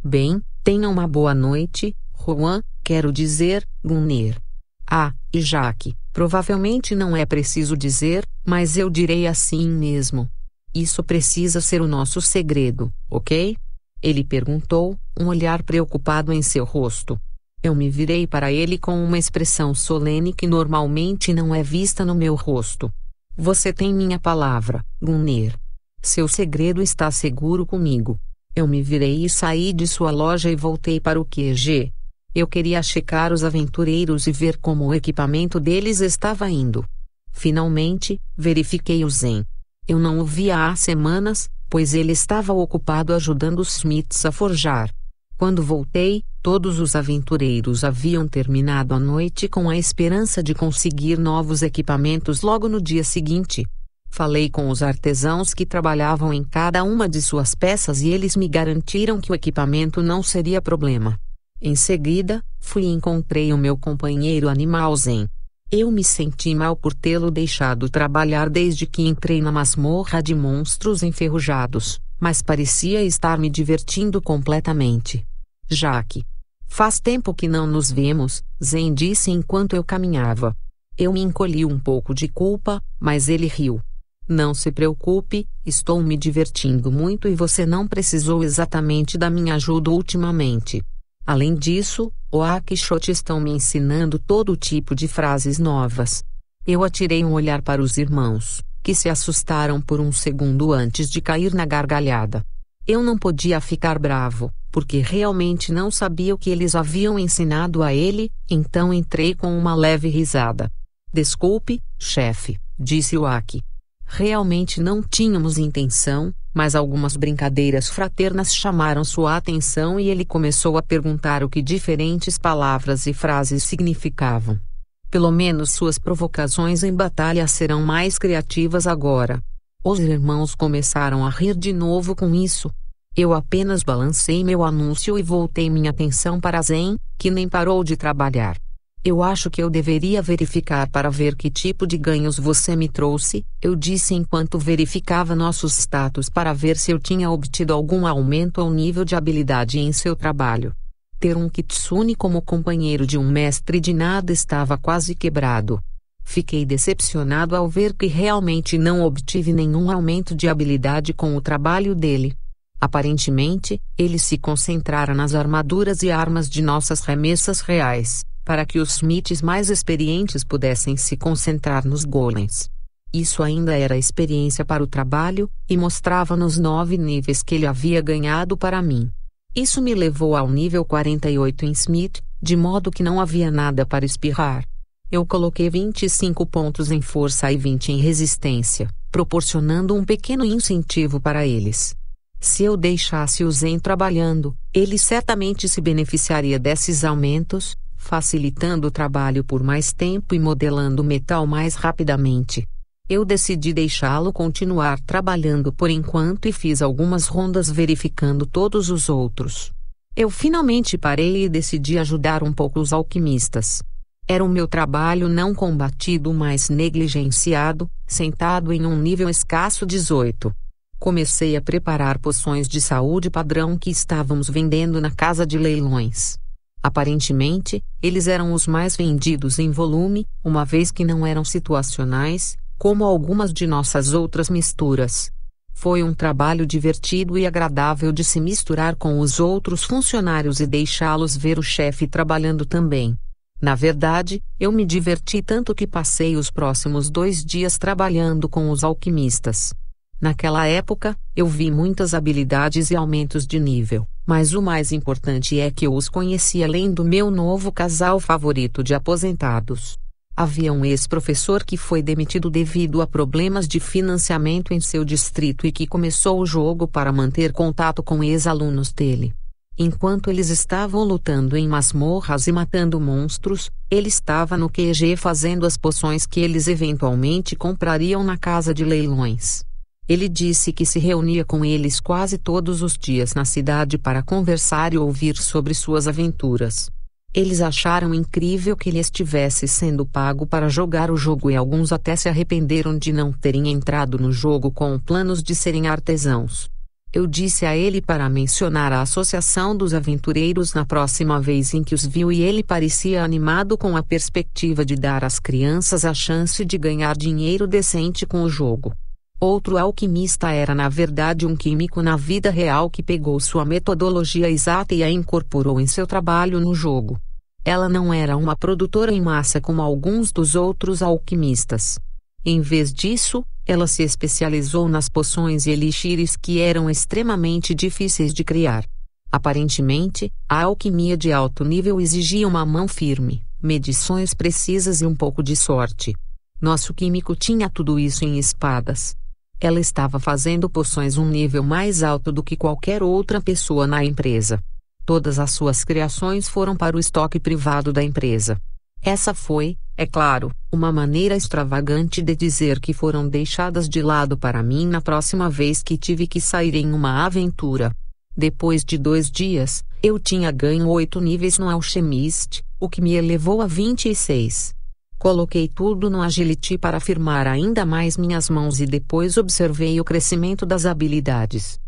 A: Bem, tenha uma boa noite, Juan, quero dizer, Gunner. Ah, e Jaque, provavelmente não é preciso dizer, mas eu direi assim mesmo. Isso precisa ser o nosso segredo, ok? Ele perguntou, um olhar preocupado em seu rosto. Eu me virei para ele com uma expressão solene que normalmente não é vista no meu rosto. Você tem minha palavra, Gunner. Seu segredo está seguro comigo. Eu me virei e saí de sua loja e voltei para o Q G. Eu queria checar os aventureiros e ver como o equipamento deles estava indo. Finalmente, verifiquei o Zen. Eu não o via há semanas, pois ele estava ocupado ajudando os Smiths a forjar. Quando voltei, todos os aventureiros haviam terminado a noite com a esperança de conseguir novos equipamentos logo no dia seguinte. Falei com os artesãos que trabalhavam em cada uma de suas peças e eles me garantiram que o equipamento não seria problema. Em seguida, fui e encontrei o meu companheiro animal Zen. Eu me senti mal por tê-lo deixado trabalhar desde que entrei na masmorra de monstros enferrujados, mas parecia estar me divertindo completamente. Jaque. Faz tempo que não nos vemos, Zen disse enquanto eu caminhava. Eu me encolhi um pouco de culpa, mas ele riu. Não se preocupe, estou me divertindo muito e você não precisou exatamente da minha ajuda ultimamente. Além disso, o Quixote estão me ensinando todo tipo de frases novas. Eu atirei um olhar para os irmãos, que se assustaram por um segundo antes de cair na gargalhada. Eu não podia ficar bravo, porque realmente não sabia o que eles haviam ensinado a ele, então entrei com uma leve risada. Desculpe, chefe, disse o Aki. Realmente não tínhamos intenção, mas algumas brincadeiras fraternas chamaram sua atenção e ele começou a perguntar o que diferentes palavras e frases significavam. Pelo menos suas provocações em batalha serão mais criativas agora. Os irmãos começaram a rir de novo com isso. Eu apenas balancei meu anúncio e voltei minha atenção para Zen, que nem parou de trabalhar. Eu acho que eu deveria verificar para ver que tipo de ganhos você me trouxe, eu disse enquanto verificava nossos status para ver se eu tinha obtido algum aumento ao nível de habilidade em seu trabalho. Ter um Kitsune como companheiro de um mestre de nada estava quase quebrado. Fiquei decepcionado ao ver que realmente não obtive nenhum aumento de habilidade com o trabalho dele. Aparentemente, ele se concentrara nas armaduras e armas de nossas remessas reais, para que os Smiths mais experientes pudessem se concentrar nos golems. Isso ainda era experiência para o trabalho, e mostrava nos nove níveis que ele havia ganhado para mim. Isso me levou ao nível quarenta e oito em Smith, de modo que não havia nada para espirrar. Eu coloquei vinte e cinco pontos em força e vinte em resistência, proporcionando um pequeno incentivo para eles. Se eu deixasse o Zen trabalhando, ele certamente se beneficiaria desses aumentos, facilitando o trabalho por mais tempo e modelando o metal mais rapidamente. Eu decidi deixá-lo continuar trabalhando por enquanto e fiz algumas rondas verificando todos os outros. Eu finalmente parei e decidi ajudar um pouco os alquimistas. Era o meu trabalho não combatido mais negligenciado, sentado em um nível escasso dezoito. Comecei a preparar poções de saúde padrão que estávamos vendendo na casa de leilões. Aparentemente, eles eram os mais vendidos em volume, uma vez que não eram situacionais, como algumas de nossas outras misturas. Foi um trabalho divertido e agradável de se misturar com os outros funcionários e deixá-los ver o chefe trabalhando também. Na verdade, eu me diverti tanto que passei os próximos dois dias trabalhando com os alquimistas. Naquela época, eu vi muitas habilidades e aumentos de nível, mas o mais importante é que eu os conheci além do meu novo casal favorito de aposentados. Havia um ex-professor que foi demitido devido a problemas de financiamento em seu distrito e que começou o jogo para manter contato com ex-alunos dele. Enquanto eles estavam lutando em masmorras e matando monstros, ele estava no Q G fazendo as poções que eles eventualmente comprariam na casa de leilões. Ele disse que se reunia com eles quase todos os dias na cidade para conversar e ouvir sobre suas aventuras. Eles acharam incrível que ele estivesse sendo pago para jogar o jogo e alguns até se arrependeram de não terem entrado no jogo com planos de serem artesãos. Eu disse a ele para mencionar a Associação dos Aventureiros na próxima vez em que os viu e ele parecia animado com a perspectiva de dar às crianças a chance de ganhar dinheiro decente com o jogo. Outro alquimista era na verdade um químico na vida real que pegou sua metodologia exata e a incorporou em seu trabalho no jogo. Ela não era uma produtora em massa como alguns dos outros alquimistas. Em vez disso, ela se especializou nas poções e elixires que eram extremamente difíceis de criar. Aparentemente, a alquimia de alto nível exigia uma mão firme, medições precisas e um pouco de sorte. Nosso químico tinha tudo isso em espadas. Ela estava fazendo poções um nível mais alto do que qualquer outra pessoa na empresa. Todas as suas criações foram para o estoque privado da empresa. Essa foi, é claro, uma maneira extravagante de dizer que foram deixadas de lado para mim na próxima vez que tive que sair em uma aventura. Depois de dois dias, eu tinha ganho oito níveis no Alchemist, o que me elevou a vinte e seis. Coloquei tudo no Agility para firmar ainda mais minhas mãos e depois observei o crescimento das habilidades.